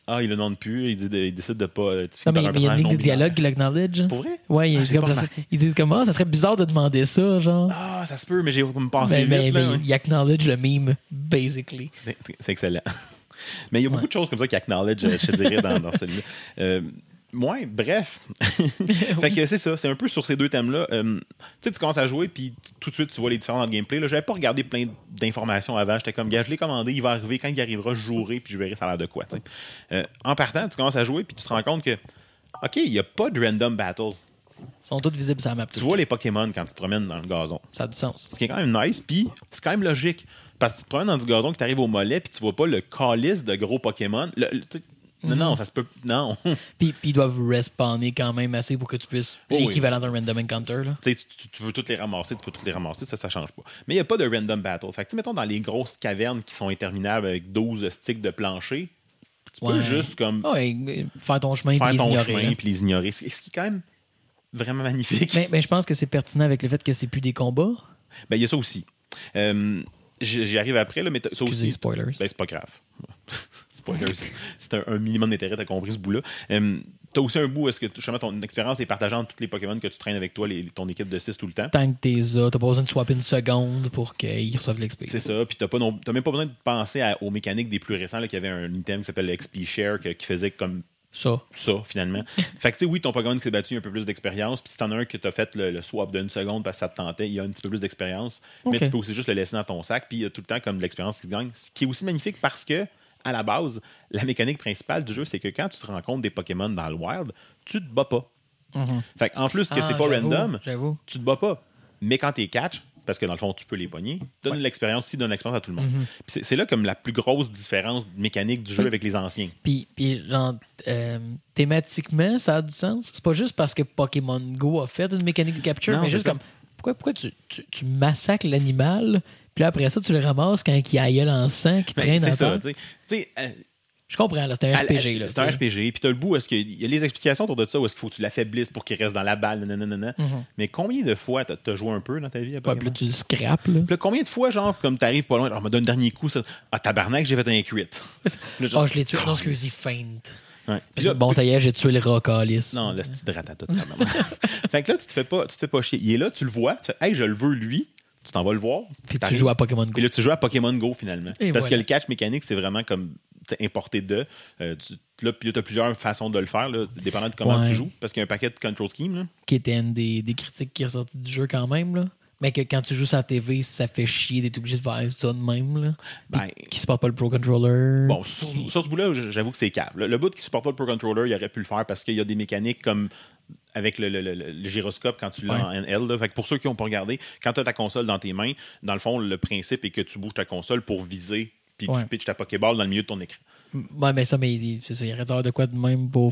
Ah, il le demande plus, il, dit de, il décide de pas. Tu Non, mais finis par un mais il y a une personnage ligne non de binaire. dialogue qui l'acknowledge. Pour vrai? Ouais, Ah, ils, j'ai disent pas comme ça, remarqué. ils disent comme ah, ça serait bizarre de demander ça, genre. Ah, ça se peut, mais j'ai comme passé mais vite. mais, là, mais ouais. il acknowledge le meme, basically. C'est, c'est excellent. Mais il y a beaucoup Ouais. de choses comme ça qui acknowledge, je te dirais, dans, dans celui-là. Euh, ouais, bref. Fait que c'est ça, c'est un peu sur ces deux thèmes-là. Euh, tu sais, tu commences à jouer, puis tout de suite, tu vois les différences dans le gameplay. Là, j'avais pas regardé plein d'informations avant. J'étais comme, gars, je l'ai commandé, il va arriver. Quand il arrivera, je jouerai, puis je verrai ça a l'air de quoi. tu sais. Euh, en partant, tu commences à jouer, puis tu te rends compte que, OK, il n'y a pas de random battles. Ils sont tous visibles sur la map. Tu vois les Pokémon quand tu te promènes dans le gazon. Ça a du sens. Ce qui est quand même nice, puis c'est quand même logique. Parce que tu te promènes dans du gazon, que tu arrives au mollet, puis tu vois pas le calice de gros Pokémon. Le- le- tu sais, Non, non, ça se peut. Non. Puis, puis ils doivent respawner quand même assez pour que tu puisses. Oh oui. L'équivalent d'un random encounter. Là. Tu, sais, tu, tu- tu veux toutes les ramasser, tu peux toutes les ramasser, ça, ça change pas. Mais il n'y a pas de random battle. Fait que, tu sais, mettons, dans les grosses cavernes qui sont interminables avec douze sticks de plancher, tu peux Ouais. juste comme Ouais, mais faire ton chemin et faire les ton ignorer. chemin là. puis les ignorer. Ce ce qui est quand même vraiment magnifique. Mais, mais je pense que c'est pertinent avec le fait que c'est plus des combats. Ben, il y a ça aussi. Euh, j'y j'y arrive après, là, mais t'as- ça Excusez, aussi. spoilers. Ben, c'est pas grave. Spoilers. C'est un, un minimum d'intérêt, t'as compris ce bout-là. Euh, t'as aussi un bout où est-ce que justement ton expérience est partagée entre tous les Pokémon que tu traînes avec toi, les, ton équipe de six tout le temps. Tant que t'es là, t'as pas besoin de swapper une seconde pour qu'ils reçoivent de l'X P. C'est ça, puis t'as, pas non, t'as même pas besoin de penser à- aux mécaniques des plus récents, là, qu'il y avait un item qui s'appelle le X P Share que- qui faisait comme Ça. ça, finalement. Fait que, tu sais, oui, ton Pokémon qui s'est battu, il y a un peu plus d'expérience. Puis si t'en as un que t'as fait le, le swap d'une seconde parce que ça te tentait, il y a un petit peu plus d'expérience. Mais Ok. tu peux aussi juste le laisser dans ton sac, puis il y a tout le temps comme de l'expérience qui se gagne. Ce qui est aussi magnifique parce que, à la base, la mécanique principale du jeu, c'est que quand tu te rencontres des Pokémon dans le wild, tu te bats pas. Mhm. Fait en plus que Ah, c'est pas j'avoue, random, J'avoue. tu te bats pas. Mais quand t'es catch, parce que dans le fond, tu peux les pogner, donne de l'expérience aussi, donne l'expérience à tout le monde. Mhm. Puis c'est, c'est là comme la plus grosse différence mécanique du jeu Oui. avec les anciens. Puis, puis genre, euh, thématiquement, ça a du sens. C'est pas juste parce que Pokémon Go a fait une mécanique de capture, Non, mais c'est juste ça. comme, pourquoi, pourquoi tu, tu, tu massacres l'animal, puis là, après ça, tu le ramasses quand il a gueule en sang qui Ben, traîne c'est à ça, terre. tu sais. Tu sais, euh, Je comprends, là, c'est un R P G. À- Là, c'est un tu sais. R P G. Puis t'as le bout, est-ce qu'il y a les explications autour de ça, où est-ce qu'il faut que tu l'affaibblisses pour qu'il reste dans la balle, nanana. Mhm. Mais combien de fois t'as, t'as joué un peu dans ta vie à Ouais, Pokémon? puis là, tu le scrapes, là. Puis là, combien de fois, genre, comme t'arrives pas loin, genre, me donne un dernier coup, ça... ah, tabarnak, j'ai fait un crit. Là, genre, Oh, je l'ai tué. Non, excusez, feinte. Ouais. Puis là, Bon, ça y est, j'ai tué le rat calice. non, le style de ratatouille. Fait que là, tu te fais pas, tu te fais pas chier. Il est là, tu le vois, tu fais, hey, je le veux, lui. Tu t'en vas le voir. Puis tu t'arrives. joues à Pokémon Go. Puis là, tu joues à Pokémon Go finalement. Et Parce voilà. que le catch mécanique, c'est vraiment comme t'sais, importé de. Euh, tu, là, puis là, tu as plusieurs façons de le faire, là, dépendant de comment Ouais. tu joues. Parce qu'il y a un paquet de control scheme. Là. Qui était une des, des critiques qui est ressortie du jeu quand même, là. Mais que quand tu joues sur la T V, ça fait chier d'être obligé de faire ça de même, là. Puis Ben, qui supporte pas le Pro Controller. Bon, sur, sur ce bout-là, j'avoue que c'est cave. Le, le bout qui supporte pas le Pro Controller, il aurait pu le faire parce qu'il y a des mécaniques comme avec le, le- le- le gyroscope quand tu l'as Ouais. en N L. Là. Fait que pour ceux qui n'ont pas regardé, quand tu as ta console dans tes mains, dans le fond, le principe est que tu bouges ta console pour viser puis Ouais. tu pitches ta Pokéball dans le milieu de ton écran. Ouais, mais ça, mais c'est ça. Il y aurait dû avoir de quoi de même pour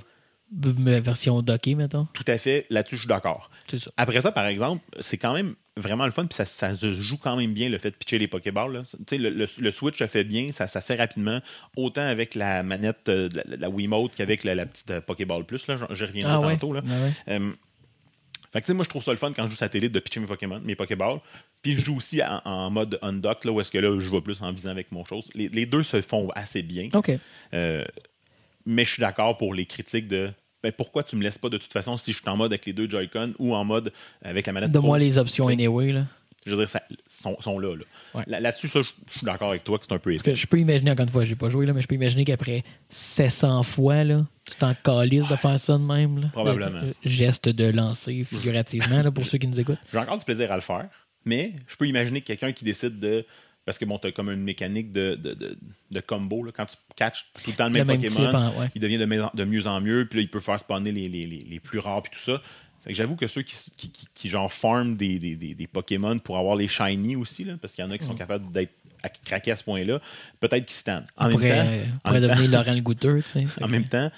ma version dockée, mettons. Tout à fait, là-dessus, je suis d'accord. C'est ça. Après ça, par exemple, c'est quand même vraiment le fun, puis ça, ça se joue quand même bien, le fait de pitcher les Pokéballs. là. Tu sais, Le, le, le Switch se fait bien, ça, ça se fait rapidement, autant avec la manette, euh, de la, la Wiimote qu'avec la, la petite euh, Pokéball Plus. Là. J'y- J'y reviendrai Ah ouais. tantôt. Là. Ouais, ouais. Euh, fait que, tu sais, moi, je trouve ça le fun quand je joue satellite de pitcher mes Pokémon, mes Pokéballs. Puis je joue aussi en, en mode undock, là, où est-ce que là, je vais plus en visant avec mon chose. Les, les deux se font assez bien. OK. Euh, mais je suis d'accord pour les critiques de ben, pourquoi tu me laisses pas de toute façon si je suis en mode avec les deux Joy-Con ou en mode avec la manette Pro. Donne-moi les options T'sais, anyway, là. Je veux dire, ça, sont, sont là. là. Ouais. Là- Là-dessus, ça, je je suis d'accord avec toi que c'est un peu Parce que je peux imaginer, encore une fois, j'ai pas joué, là, mais je peux imaginer qu'après sept cents fois, là, tu t'en calisses de faire ça de même. Là. Probablement. Le- le geste de lancer figurativement, là, pour ceux qui nous écoutent. J'ai encore du plaisir à le faire, mais je peux imaginer que quelqu'un qui décide de. Parce que bon, tu as comme une mécanique de, de, de, de combo. Là, quand tu catches tout le temps le même, Le même Pokémon, type, en- ouais. il devient de, mieux en- de mieux en mieux, puis là, il peut faire spawner les, les, les, les plus rares, puis tout ça. Fait que j'avoue que ceux qui, qui, qui, qui genre farm des, des, des, des Pokémon pour avoir les shiny aussi, là, parce qu'il y en a qui sont capables d'être à craquer à ce point-là, peut-être qu'ils se tannent. En On même pourrait, temps, euh, en pourrait même devenir Laurent le goûteux, tu sais. Fait En que- même temps,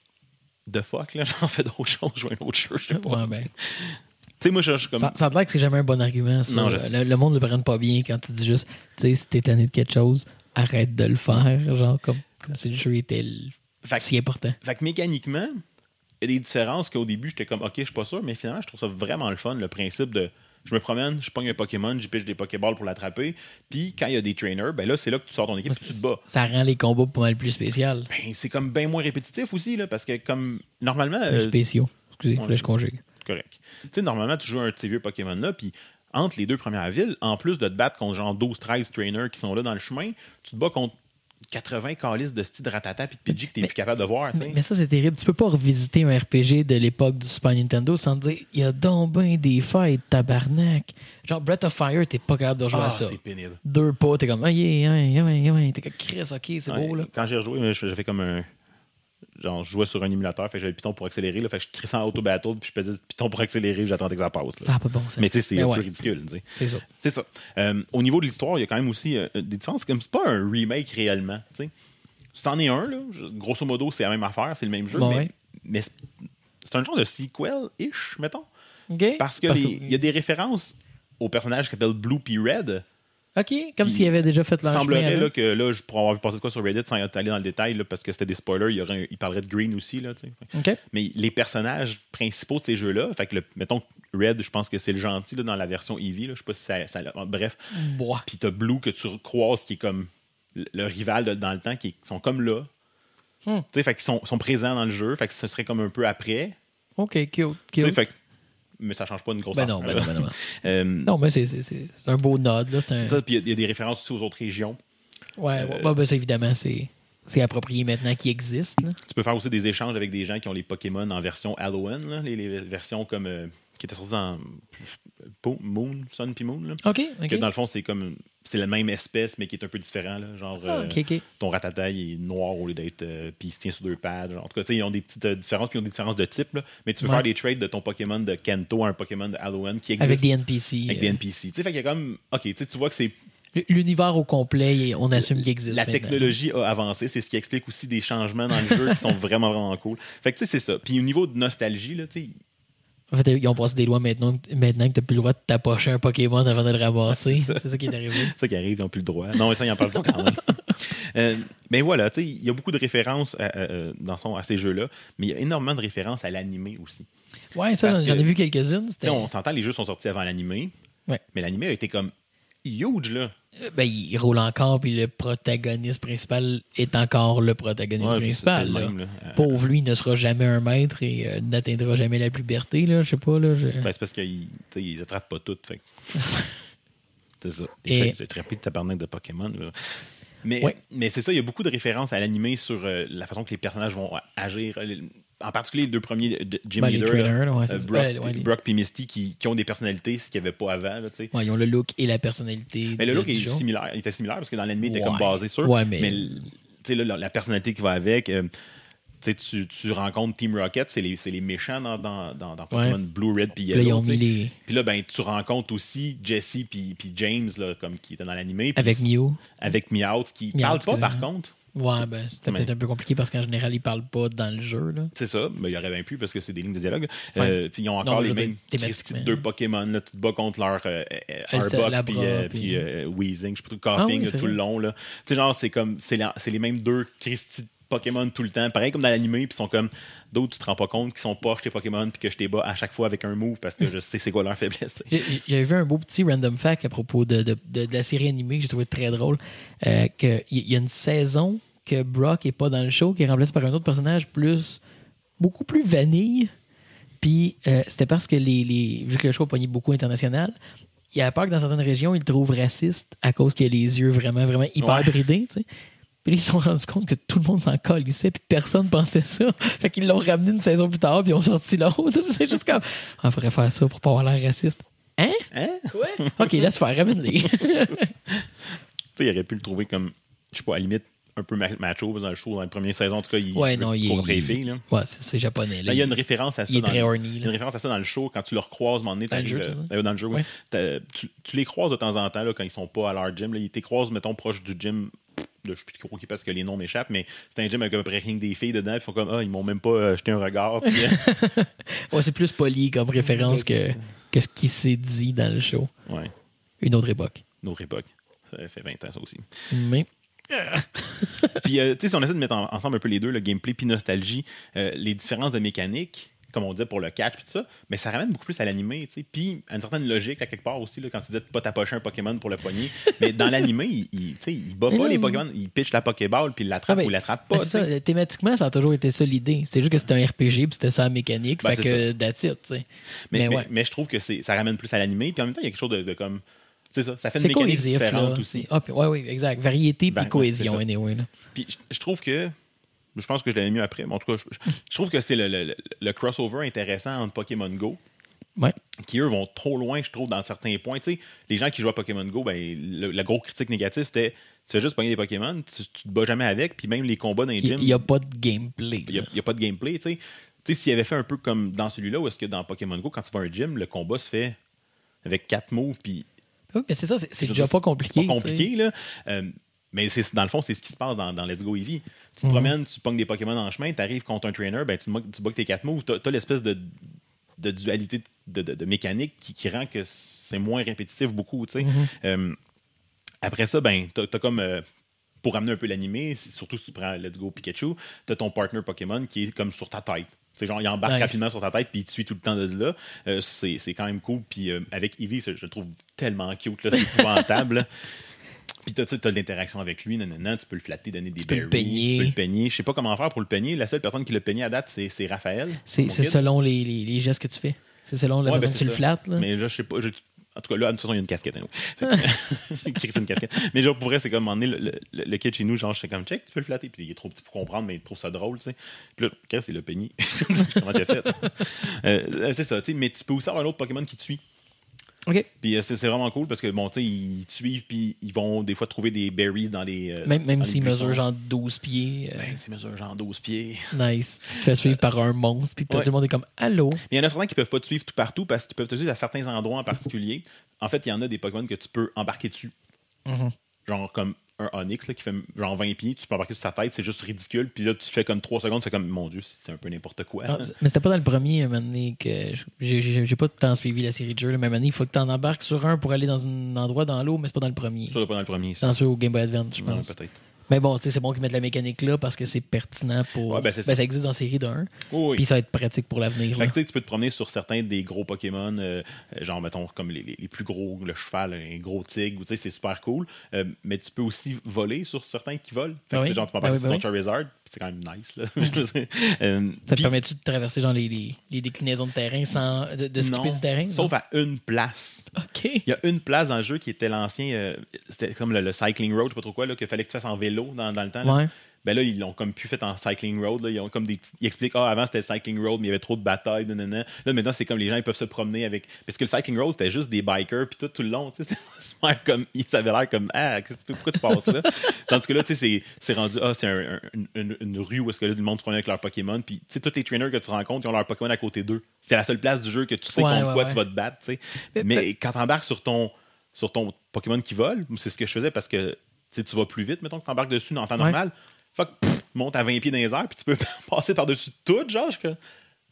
de fuck, là, j'en fais d'autres choses, je joue un autre jeu, je sais pas. Ouais, ben, Tu sais, moi, je je suis comme. ça, ça a l'air que c'est jamais un bon argument. Ça. Non, je sais. le, le monde ne le prenne pas bien quand tu dis juste, tu sais, si t'es tanné de quelque chose, arrête de le faire. Genre, comme, comme si le jeu était l- Fait que- si important. Fait que mécaniquement, il y a des différences qu'au début, j'étais comme, OK, je suis pas sûr, mais finalement, je trouve ça vraiment le fun, le principe de je me promène, je pogne un Pokémon, j'y pitche des Pokéballs pour l'attraper. Puis quand il y a des trainers, ben là, c'est là que tu sors ton équipe et tu te bats. Ça rend les combats pas mal plus spéciaux. Ben, c'est comme bien moins répétitif aussi, là, parce que comme normalement. Plus euh, spéciaux. Excusez, on- là, je conjugue. Correct. Tu sais, normalement, tu joues un de ces vieux Pokémon-là, puis entre les deux premières villes, en plus de te battre contre genre douze treize trainers qui sont là dans le chemin, tu te bats contre quatre-vingts calices de style Ratata puis de Pidgey que t'es Mais- plus capable de voir. tu sais. Mais, mais ça, c'est terrible. Tu peux pas revisiter un R P G de l'époque du Super Nintendo sans te dire il y a donc ben des fights, tabarnak. Genre Breath of Fire, t'es pas capable de jouer Ah, à ça. c'est pénible. Deux pas, t'es comme ah, yeah, yeah, yeah, yeah. T'es comme Chris, ok, c'est Ouais, beau là. Quand j'ai rejoué, je- j'avais comme un. Genre, je jouais sur un émulateur, fait que j'avais le piton pour accélérer, là, fait que je crissais en auto-battle, puis je faisais le piton pour accélérer, puis j'attendais que ça passe. là. Ça a pas de bon sens. Mais tu sais, c'est Mais un ouais. peu ridicule. tu sais. C'est ça. C'est ça. Euh, au niveau de l'histoire, il y a quand même aussi euh, des différences. Comme c'est pas un remake réellement. tu sais. C'en est un, là. Je- grosso modo, c'est la même affaire, c'est le même jeu, Bon, mais, ouais. mais c'est c'est un genre de sequel-ish, mettons. OK? Parce que les- il y a des références aux personnages qui s'appellent Blue puis Red. OK, comme Puis, s'ils avaient déjà fait Il leur chemin semblerait avant. là, que là, je pourrais avoir vu passer de quoi sur Reddit sans aller dans le détail, là, parce que c'était des spoilers. Il, y aurait un- il parlerait de Green aussi. Là, tu sais. OK. Mais les personnages principaux de ces jeux-là, fait que le- mettons Red, je pense que c'est le gentil là, dans la version Eevee. Là, je sais pas si ça, ça- bref. Bois. Puis t'as Blue que tu croises qui est comme le, le rival de- dans le temps, qui est- sont comme là. Hmm. Tu sais, fait qu'ils sont, sont présents dans le jeu, fait que ce serait comme un peu après. OK, cute, Tu sais, cute. fait que- mais ça change pas une grosse Ben non, affaire, ben là. non, ben non. Euh, Non, mais c'est, c'est, c'est, c'est un beau nod, là. C'est un... ça, puis il y a- il y, a des références aussi aux autres régions. Ouais, Euh, ouais, ouais, ben ça, évidemment, c'est, c'est approprié maintenant qu'il existe. Là. Tu peux faire aussi des échanges avec des gens qui ont les Pokémon en version Halloween, là, les, les versions comme euh, qui étaient sorties dans Po- Moon, Sun puis Moon. Là. OK, OK. Que dans le fond, c'est comme c'est la même espèce, mais qui est un peu différent. Là, genre, Ah, euh, OK, OK. ton Ratata il est noir au lieu d'être. Euh, puis il se tient sur deux pads. Genre. En tout cas, tu sais, ils ont des petites euh, différences, puis ils ont des différences de type. Là, mais tu peux Ouais. faire des trades de ton Pokémon de Kanto à un Pokémon de Halloween qui existe Avec des N P C. avec euh, des N P C. Tu sais, fait qu'il y a comme. Ok, tu sais, tu vois que c'est. L'univers au complet, on assume qu'il existe. La maintenant. technologie a avancé. C'est ce qui explique aussi des changements dans le jeu qui sont vraiment, vraiment cool. Fait que tu sais, c'est ça. Puis au niveau de nostalgie, là, tu sais. En fait, ils ont passé des lois maintenant, maintenant que tu n'as plus le droit de t'approcher un Pokémon avant de le ramasser. c'est, ça. c'est ça qui est arrivé. C'est ça qui arrive, ils n'ont plus le droit. Non, mais ça, ils n'en parlent pas quand même. euh, mais voilà, tu sais, il y a beaucoup de références à, à- dans son, à ces jeux-là, mais il y a énormément de références à l'animé aussi. Ouais, ça, Parce j'en que- ai vu quelques-unes. Tu C'était... sais, on s'entend, les jeux sont sortis avant l'animé, Ouais. mais l'animé a été comme huge, là. Euh, Ben, il roule encore, puis le protagoniste principal est encore le protagoniste Ouais, principal. c'est le là. même, là. Euh, Pauvre lui, il ne sera jamais un maître et euh, n'atteindra jamais la puberté. Là, je sais pas. Là, je... ben, c'est parce qu'ils tu sais, ils attrapent pas toutes. Fait. que- c'est ça. Et- Et... J'ai attrapé de tabarnak de Pokémon. Là. Mais, Ouais. mais c'est ça, il y a beaucoup de références à l'animé sur euh, la façon que les personnages vont agir. En particulier les deux premiers, de Jim Ben, les Leader, là, trainers, là, ouais, c'est euh, ça. Brock, Ouais, ouais, les- Brock puis Misty, qui, qui ont des personnalités, ce qu'il n'y avait pas avant. Là, tu sais. Ouais, ils ont le look et la personnalité. mais le de- look du est jeu. similaire. Il était similaire parce que dans l'anime, il était Ouais. comme basé sur. Ouais, mais- tu sais, là, la, la personnalité qui va avec. euh, tu sais, tu, tu rencontres Team Rocket, c'est les, c'est les méchants dans, dans, dans, dans Pokémon Ouais. Blue, Red puis Puis là, ils Yellow. ont tu mis sais. les. Puis là, ben, tu rencontres aussi Jesse puis, puis James, là, comme qui était dans l'animé. puis Avec Mew. Avec Meowth, qui Meowth, parle pas, que- par contre. Ouais, ben, c'était Mais- peut-être un peu compliqué parce qu'en général, ils parlent pas dans le jeu. Là. C'est ça, mais il aurait bien pu parce que c'est des lignes de dialogue. Ouais. Euh, puis ils ont encore Non, je les veux dire, mêmes thématiquement. Christy de deux Pokémon. Là, tu te bats contre leur euh, euh, Alta- Arbok Labra, puis, euh, puis- puis euh, Weezing, je sais pas trop, Ah Coughing oui, là, c'est tout le vrai. long. là. Tu sais, genre, c'est comme c'est, la- c'est les mêmes deux Christy de Pokémon tout le temps. Pareil comme dans l'animé, puis ils sont comme d'autres, tu te rends pas compte qu'ils sont poches tes Pokémon puis que je t'ai bats à chaque fois avec un move parce que je sais c'est quoi leur faiblesse. tu sais. J'ai- J'avais vu un beau petit random fact à propos de, de, de, de la série animée que j'ai trouvé très drôle. Euh, que Il y a une saison que Brock est pas dans le show, qui est remplacé par un autre personnage plus beaucoup plus vanille. Puis euh, c'était parce que les, les vu que le show a pogné beaucoup international, il a peur que dans certaines régions, ils le trouvent raciste à cause qu'il a les yeux vraiment, vraiment hyper Ouais. bridés, tu sais. Puis là, ils se sont rendus compte que tout le monde s'en colissait puis personne pensait ça. Fait qu'ils l'ont ramené une saison plus tard puis ils ont sorti l'autre. C'est juste comme, on faudrait faire ça pour pas avoir l'air raciste. Hein? Hein? Ouais. OK, laisse faire, ramène-les. Tu sais, il aurait pu le trouver comme, je sais pas, à la limite, un peu ma- macho dans le show, dans la première saison. En tout cas, il Ouais, non, il pour est- après les filles. Là. Ouais, c'est, c'est japonais. Là. Ben, il y a une référence à ça. il est dans très le- horny, Il y a là. une référence à ça dans le show. Quand tu le recroises, un moment donné, Dans le t'arrives, jeu, euh, tu sais. euh, dans le jeu, oui. Ouais. T'as- Tu, tu les croises de temps en temps là, quand ils sont pas à leur gym. Là. Ils te croisent, mettons, proche du gym. Là, je sais plus trop qui parce que les noms m'échappent, mais c'est un gym avec à peu près rien que des filles dedans. Puis ils font comme, ah, ils m'ont même pas euh, jeté un regard. Puis, euh, Ouais, c'est plus poli comme référence que, que ce qui s'est dit dans le show. ouais, Une autre époque. une autre époque. Ça fait vingt ans, ça aussi. Mais, Puis, euh, tu sais, si on essaie de mettre en- ensemble un peu les deux, le gameplay puis nostalgie, euh, les différences de mécanique, comme on disait, pour le catch, puis tout ça, mais ça ramène beaucoup plus à l'animé, tu sais. Puis, à une certaine logique, à quelque part aussi, là, quand tu disais de pas t'approcher un Pokémon pour le poignet, mais dans l'animé, il, il, tu sais, il bat Mais pas là, les il- Pokémon, il pitch la Pokéball, puis il l'attrape Ah, ben, ou il l'attrape Ben, pas, c'est tu sais. ça, thématiquement, ça a toujours été ça l'idée. C'est juste que c'était un R P G puis c'était ça la mécanique. Ben, fait c'est que that's it, tu sais. Mais, Mais mais, ouais. mais je trouve que c'est, ça ramène plus à l'animé, puis en même temps, il y a quelque chose de, de comme. C'est ça, ça fait une C'est mécanique cohésif, différente là. aussi. C'est- Ah, puis- ouais, oui, exact. Variété puis Ben, ouais, cohésion, c'est ça. anyway. Là. Puis je, je trouve que. Je pense que je l'avais mieux après, mais en tout cas, je, je trouve que c'est le, le, le- le crossover intéressant entre Pokémon Go, Ouais. qui eux vont trop loin, je trouve, dans certains points. Tu sais, les gens qui jouent à Pokémon Go, ben, le, la grosse critique négative, c'était tu fais juste pogner des Pokémon, tu, tu te bats jamais avec, puis même les combats dans les gyms, Il n'y a pas de gameplay. il n'y a, a pas de gameplay. Tu sais, Tu sais, s'il avait fait un peu comme dans celui-là, où est-ce que dans Pokémon Go, quand tu vas à un gym, le combat se fait avec quatre moves, puis Oui, mais c'est ça, c'est, c'est je veux déjà dire, pas compliqué. C'est pas tu sais. compliqué, là. Euh, mais c'est, dans le fond, c'est ce qui se passe dans, dans Let's Go Eevee. Tu te Mhm. promènes, tu pognes des Pokémon en chemin, tu arrives contre un trainer, ben, tu, mo- tu bugs tes quatre moves, tu as l'espèce de, de dualité de, de- de mécanique qui, qui rend que c'est moins répétitif beaucoup. tu sais. Mhm. Euh, après ça, ben, tu as comme. euh, pour amener un peu l'animé, surtout si tu prends Let's Go Pikachu, tu as ton partner Pokémon qui est comme sur ta tête. C'est genre, il embarque Nice. rapidement sur ta tête puis il te suit tout le temps de là. Euh, c'est, c'est quand même cool. Puis euh, avec Eevee, je le trouve tellement cute. Là, c'est épouvantable. là. Puis t'as, t'as de l'interaction avec lui, nanana, tu peux le flatter, donner des Tu peux berries. le peigner. Tu peux le peigner. Je sais pas comment faire pour le peigner. La seule personne qui l'a peigné à date, c'est, c'est Raphaël. C'est, mon c'est kid. selon les, les, les gestes que tu fais. C'est selon la Ouais, façon ben, que c'est tu le ça. flattes. Là. Mais là, je sais pas. je- En tout cas, là, de toute façon, il y a une casquette. Hein, Fait que- Chris, une casquette. Mais genre, pour vrai, c'est comme, à un moment donné, le, le, le kid chez nous, genre, je fais comme, check, tu peux le flatter. Puis il est trop petit pour comprendre, mais il trouve ça drôle, tu sais. Puis là, Chris, il l'a peigné. Comment tu as fait? Euh, c'est ça, tu sais. Mais tu peux aussi avoir un autre Pokémon qui te suit. OK. Puis euh, c'est, c'est vraiment cool parce que, bon, tu sais, ils te suivent, puis ils vont des fois trouver des berries dans les. euh, Même, même dans les s'il buissons. mesure genre douze pieds. euh, Ben, c'est mesure genre douze pieds. nice. Tu te fais suivre par un monstre, puis Ouais. tout le monde est comme allô. Mais il y en a certains qui peuvent pas te suivre tout partout parce qu'ils peuvent te suivre à certains endroits en particulier. En fait, il y en a des Pokémon que tu peux embarquer dessus. Mhm. Genre comme un Onix là, qui fait genre vingt pieds, tu peux embarquer sur sa tête, c'est juste ridicule. Puis là, tu fais comme trois secondes, c'est comme, mon Dieu, c'est un peu n'importe quoi. Ah, mais c'était pas dans le premier, un moment donné, que j'ai, j'ai, j'ai pas tant suivi la série de jeux. Là, mais un moment donné, il faut que tu en embarques sur un pour aller dans un endroit dans l'eau, mais c'est pas dans le premier. Ça, c'est pas dans le premier. C'est Ça. dans ceux au Game Boy Advance, je Non, pense. peut-être. Mais bon, tu sais, c'est bon qu'ils mettent la mécanique là parce que c'est pertinent pour. Ouais, ben, c'est Ben, ça. ça existe dans la série d'un. Oh, oui. Puis ça va être pratique pour l'avenir. Fait là. que, tu sais, tu peux te promener sur certains des gros Pokémon, euh, genre, mettons, comme les, les- les plus gros, le cheval, un gros tigre, tu sais, c'est super cool. Euh, mais tu peux aussi voler sur certains qui volent. Fait que, Ah tu sais, oui? genre, tu peux Ben embarquer oui, sur ben ton Charizard, puis c'est quand même nice, là. Je veux dire, euh, Ça te puis- permet-tu de traverser genre les, les, les déclinaisons de terrain sans. de, de skipper non, du terrain? sauf non? à une place. OK. Il y a une place dans le jeu qui était l'ancien, euh, c'était comme le, le Cycling Road, je sais pas trop quoi, là, qu'il fallait que tu fasses en vélo dans, dans le temps. là. Ouais. Ben là, ils l'ont comme plus fait en Cycling Road. Là. Ils ont comme des petits- ils expliquent, ah, avant c'était Cycling Road, mais il y avait trop de batailles. Nanana. Là, maintenant, c'est comme les gens, ils peuvent se promener avec. Parce que le Cycling Road, c'était juste des bikers, puis tout, tout le long. Tu sais, c'était super comme. Ça avait l'air comme, ah, qu'est-ce que tu fais? Pourquoi tu passes là? Tandis que là, tu sais, c'est, c'est rendu, ah, c'est un- un- une, une- une rue où est-ce que là, tout le monde se promène avec leurs Pokémon. Puis, tu sais, tous les trainers que tu rencontres, ils ont leurs Pokémon à côté d'eux. C'est la seule place du jeu que tu sais Ouais, contre ouais, quoi ouais. tu vas te battre, tu sais. Mais- Mais quand t'embarques sur ton, sur ton Pokémon qui vole, c'est ce que je faisais parce que tu sais, tu vas plus vite, mettons que t'embarques dessus dans le temps Ouais. normal. Fait que, pff, monte à vingt pieds dans les airs, puis tu peux passer par-dessus tout, genre. Je suis comme,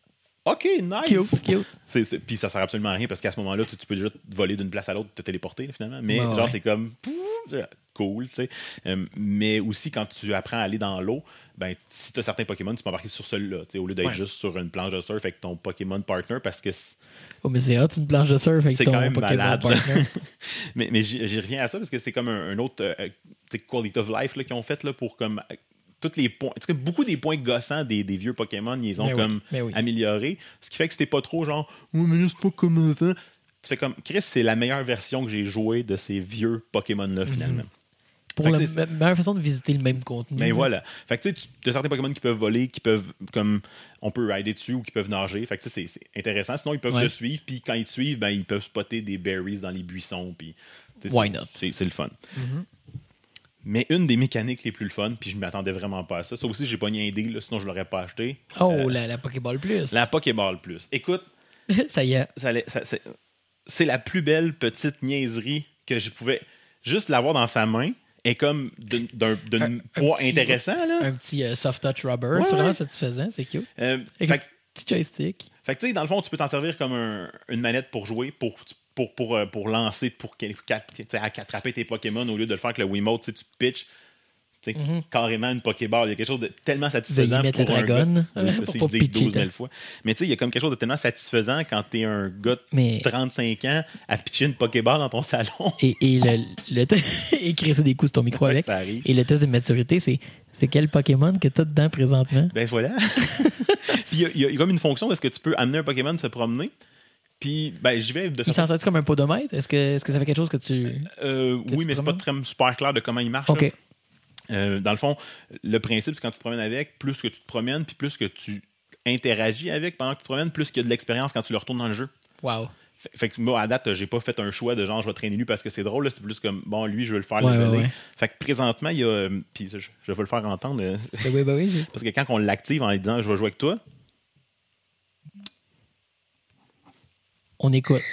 OK, nice. Cute, cute. C'est, c'est- puis ça sert absolument à rien parce qu'à ce moment-là, tu, tu peux déjà te voler d'une place à l'autre, te téléporter là, finalement. Mais Ouais, genre, ouais. c'est comme pouf, c'est cool, tu sais. Euh, mais aussi, quand tu apprends à aller dans l'eau, ben, si tu as certains Pokémon, tu peux embarquer sur celui-là, tu sais, au lieu d'être Ouais. juste sur une planche de surf avec ton Pokémon partner parce que c'est, Oh, mais c'est hot, une planche de surf avec c'est ton quand même Pokémon malade. là. partner. mais mais j'y, j'y reviens à ça parce que c'est comme un, un autre euh, tu sais, quality of life là, qu'ils ont fait là, pour comme euh, tous les points. Tu sais, beaucoup des points gossants des, des vieux Pokémon, ils les ont Mais oui, comme mais oui. améliorés. Ce qui fait que c'était pas trop genre, oui, mais là, c'est pas comme avant. Tu fais comme, Chris, c'est la meilleure version que j'ai jouée de ces vieux Pokémon-là, finalement. Pour Fait que la c'est- la meilleure façon de visiter le même contenu. Mais là. voilà. Fait que tu sais, tu as certains Pokémon qui peuvent voler, qui peuvent, comme, on peut rider dessus ou qui peuvent nager. Fait que tu sais, c'est, c'est intéressant. Sinon, ils peuvent Ouais. te suivre, puis quand ils te suivent, ben, ils peuvent spotter des berries dans les buissons, puis tu sais, Why c'est- not? C'est, c'est le fun. Mhm. Mais une des mécaniques les plus le fun, puis je m'attendais vraiment pas à ça. Ça aussi, j'ai pogné un dé, là, sinon je l'aurais pas acheté. Oh, Euh, la, la Pokéball Plus. La Pokéball Plus. Écoute, Ça y est. ça allait- ça- c'est, c'est la plus belle petite niaiserie que je pouvais. Juste l'avoir dans sa main est comme d'un, d'un, d'un Un- un poids petit- intéressant. Là. Un petit euh, soft touch rubber. Ouais, c'est vraiment ouais. satisfaisant, c'est cute. Euh, Avec fait un que- petit joystick. Fait que, tu sais, dans le fond, tu peux t'en servir comme un- une manette pour jouer, pour, pour, pour, euh, pour lancer, pour qu'elle- qu'elle- tu sais, attraper tes Pokémon au lieu de le faire avec le Wiimote. Tu sais, tu pitches, tu sais, Mhm. carrément une Pokéball. Il y a quelque chose de tellement Veuillez satisfaisant mettre pour la un dragonne, gars. euh, Oui, ça, pour c'est- pas ils disent pitcher douze tant. mille fois. Mais tu sais, il y a comme quelque chose de tellement satisfaisant quand t'es un gars de Mais- trente-cinq ans à pitcher une Pokéball dans ton salon. Et, et le, le te- et crisser des coups sur ton micro Ouais, avec. ça arrive. Et le test de maturité, c'est c'est quel Pokémon que tu as dedans présentement? Ben voilà. Puis il y, a- il y a comme une fonction où est-ce que tu peux amener un Pokémon se promener. Puis ben j'y vais de Il s'en sort comme un podomètre? Est-ce que, est-ce que ça fait quelque chose que tu. Euh, Que oui, tu mais c'est pas promènes? très super clair de comment il marche. OK. là. Euh, dans le fond, le principe, c'est quand tu te promènes avec, plus que tu te promènes, puis plus que tu interagis avec pendant que tu te promènes, plus qu'il y a de l'expérience quand tu le retournes dans le jeu. Wow. Fait, fait que moi, à date, j'ai pas fait un choix de genre, je vais traîner lui parce que c'est drôle. là. C'est plus comme, bon, lui, je veux le faire Ouais, leveler. ouais, ouais. Fait que présentement, il y a. euh, Puis je, je vais le faire entendre. euh, Ben oui, ben oui. j'ai- parce que quand on l'active en lui disant, je vais jouer avec toi, On écoute.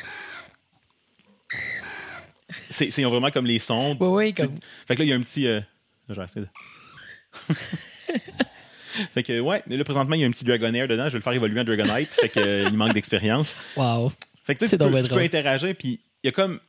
c'est, c'est ils ont vraiment comme les sons. Oui, oui, comme. Fait que là, il y a un petit. euh, Je vais essayer de. Fait que, ouais, là, présentement, il y a un petit Dragonair dedans. Je vais le faire évoluer en Dragonite. Fait que, euh, il manque d'expérience. Wow. Fait que, tu sais, C'est tu, peux, donc bien tu peux drôle. interagir. Puis, il y a comme.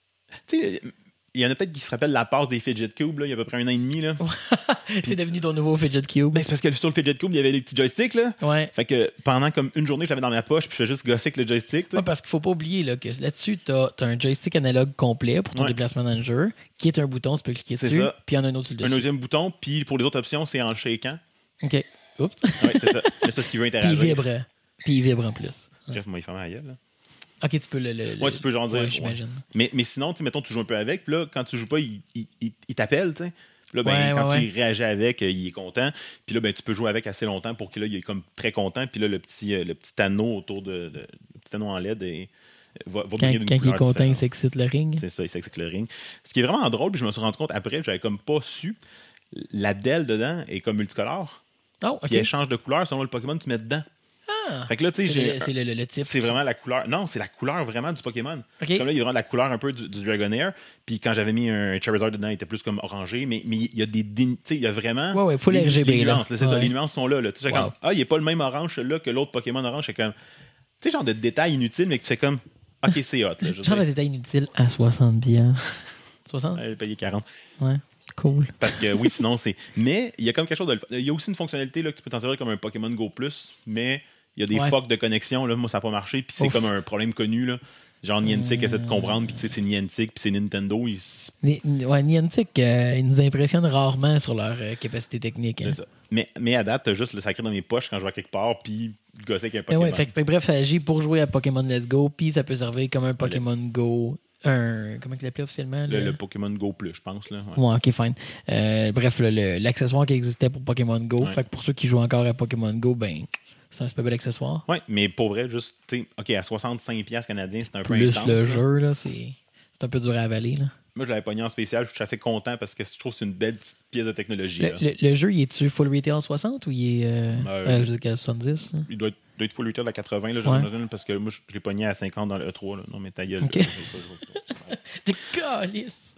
Tu sais, il y en a peut-être qui se rappellent la passe des Fidget Cubes, là, il y a à peu près un an et demi. Là. C'est devenu ton nouveau Fidget Cube. Ben, c'est parce que sur le Fidget Cube, il y avait les petits joysticks. Là. Ouais. Fait que pendant comme une journée, je l'avais dans ma poche. Puis, je fais juste gosser avec le joystick. tu sais. Ouais, parce qu'il faut pas oublier là, que là-dessus, tu as un joystick analogue complet pour ton Ouais. déplacement dans le jeu, qui est un bouton, tu peux cliquer C'est dessus, ça. puis il y en a un autre sur le Un dessus. deuxième bouton. Puis, pour les autres options, c'est en le shakant. OK. Oups. Ouais, c'est ça. Mais c'est parce qu'il veut Puis il interagir. vibre. Puis il vibre en plus. Bref, moi, il fait ma gueule. Là. OK, tu peux le. le- Ouais, le- tu peux genre dire. Ouais, ouais. j'imagine. Mais, mais sinon, tu sais, mettons, tu joues un peu avec, puis là, quand tu joues pas, il, il, il- il t'appelle, tu sais. Puis là, ben, Ouais, quand ouais, tu ouais. réagis avec, euh, il est content. Puis là, ben, tu peux jouer avec assez longtemps pour qu'il là, il est comme très content. Puis là, le petit, euh, le petit anneau autour de. de- le petit anneau en L E D est- va, va Quand, briller d'une quand il est couleur content, il différente. s'excite le ring. C'est ça, il s'excite le ring. Ce qui est vraiment drôle, puis je me suis rendu compte après, j'avais comme pas su. La D E L dedans est comme multicolore. Oh, OK. Puis elle change de couleur selon le Pokémon que tu mets dedans. Ah, Fait que là, tu sais, c'est j'ai. le, c'est le, le- le type. C'est vraiment la couleur. Non, c'est la couleur vraiment du Pokémon. OK. Comme là, il y a vraiment la couleur un peu du, du Dragonair. Puis quand j'avais mis un Charizard dedans, il était plus comme orangé. Mais mais il y a des. Tu sais, il y a vraiment. Ouais, ouais, full des, R G B, des là. nuances. là, c'est ça, Ouais. les nuances sont là. là. Tu sais, Wow. comme, ah, il n'est pas le même orange celui-là que l'autre Pokémon orange. C'est comme. Tu sais, genre de détails inutiles, mais que tu fais comme. Ok, c'est hot. Là, je veux Genre de dire. détail inutile à soixante piastres. soixante? Ouais, j'ai payé quarante. Ouais. Cool. Parce que oui, sinon, c'est. Mais il y a comme quelque chose de. le- Il y a aussi une fonctionnalité là, que tu peux t'en servir comme un Pokémon Go Plus, mais il y a des Ouais. fucks de connexion. Là. Moi, ça n'a pas marché. Puis c'est Ouf. comme un problème connu. Là. Genre Niantic essaie de comprendre. Puis tu sais, c'est Niantic, puis c'est Nintendo. Ils... C'est Ni- ni- Ouais, Niantic, euh, ils nous impressionnent rarement sur leur euh, capacité technique. Hein. ça. Mais, mais à date, t'as juste le sacré dans mes poches quand je vais quelque part, puis gosser avec un Mais Pokémon. ouais, fait, que- fait que bref, ça agit pour jouer à Pokémon Let's Go, puis ça peut servir comme un Pokémon Go. Un. Comment il l'appelait officiellement? le, le- le Pokémon Go Plus, je pense. Là. Ouais. Ouais, ok, fine. Euh, bref, le- le- l'accessoire qui existait pour Pokémon Go. Ouais. Fait que pour ceux qui jouent encore à Pokémon Go, ben, c'est un super bel accessoire. Ouais, mais pour vrai, juste, tu sais, OK, à soixante-cinq piastres canadiens, c'est un peu Plus intense. le là. jeu, là, c'est c'est un peu dur à avaler. Là. Moi, je l'avais pogné en spécial, je suis assez content parce que je trouve que c'est une belle petite pièce de technologie. Le, là. le- le jeu, il est-tu full retail soixante ou il est euh, Euh, euh, jusqu'à soixante-dix? là? Il doit être, doit être full retail à quatre-vingts, là, Ouais. j'imagine, parce que moi, je, je l'ai pogné à cinquante dans le E trois. Là. Non, mais ta gueule. Ok. là, j'ai pas joué au E trois. Des calices!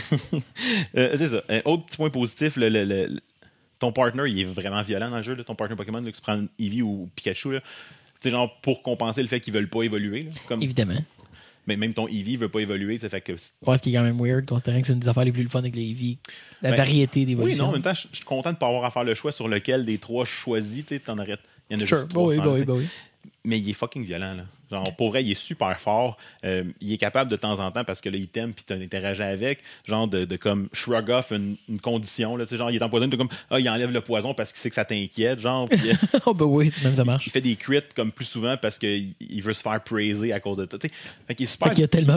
Euh, c'est ça. Un autre petit point positif, le, le- le- le- ton partner, il est vraiment violent dans le jeu. Là, ton partner Pokémon, là, que tu prends Eevee ou Pikachu, là. Tu sais, genre, pour compenser le fait qu'ils veulent pas évoluer. Là, comme, Évidemment. mais même ton Eevee veut pas évoluer, ça fait que. Ouais, ce qui est quand même weird, considérant que c'est une des affaires les plus le fun avec les Eevee. La Ben, variété Oui, d'évolution. non, en même temps, je je suis content de ne pas avoir à faire le choix sur lequel des trois choisis. Tu sais, t'en arrêtes. Il y en a Sure. juste trois. Bah oui, je bah pense, oui, tu sais. bah oui. Mais il est fucking violent, là. Genre, pour vrai, il est super fort. Euh, il est capable de temps en temps, parce que là, il t'aime puis tu interagis avec, genre de, de comme shrug off une, une condition. Là, tu sais, genre, il est empoisonné, t'es comme, ah, il enlève le poison parce qu'il sait que ça t'inquiète, genre. Puis, euh, Oh, bah oui, c'est même ça marche. il fait des crits comme plus souvent parce qu'il il veut se faire praiser à cause de ça. Tu sais. Fait qu'il est super Fait qu'il y a tellement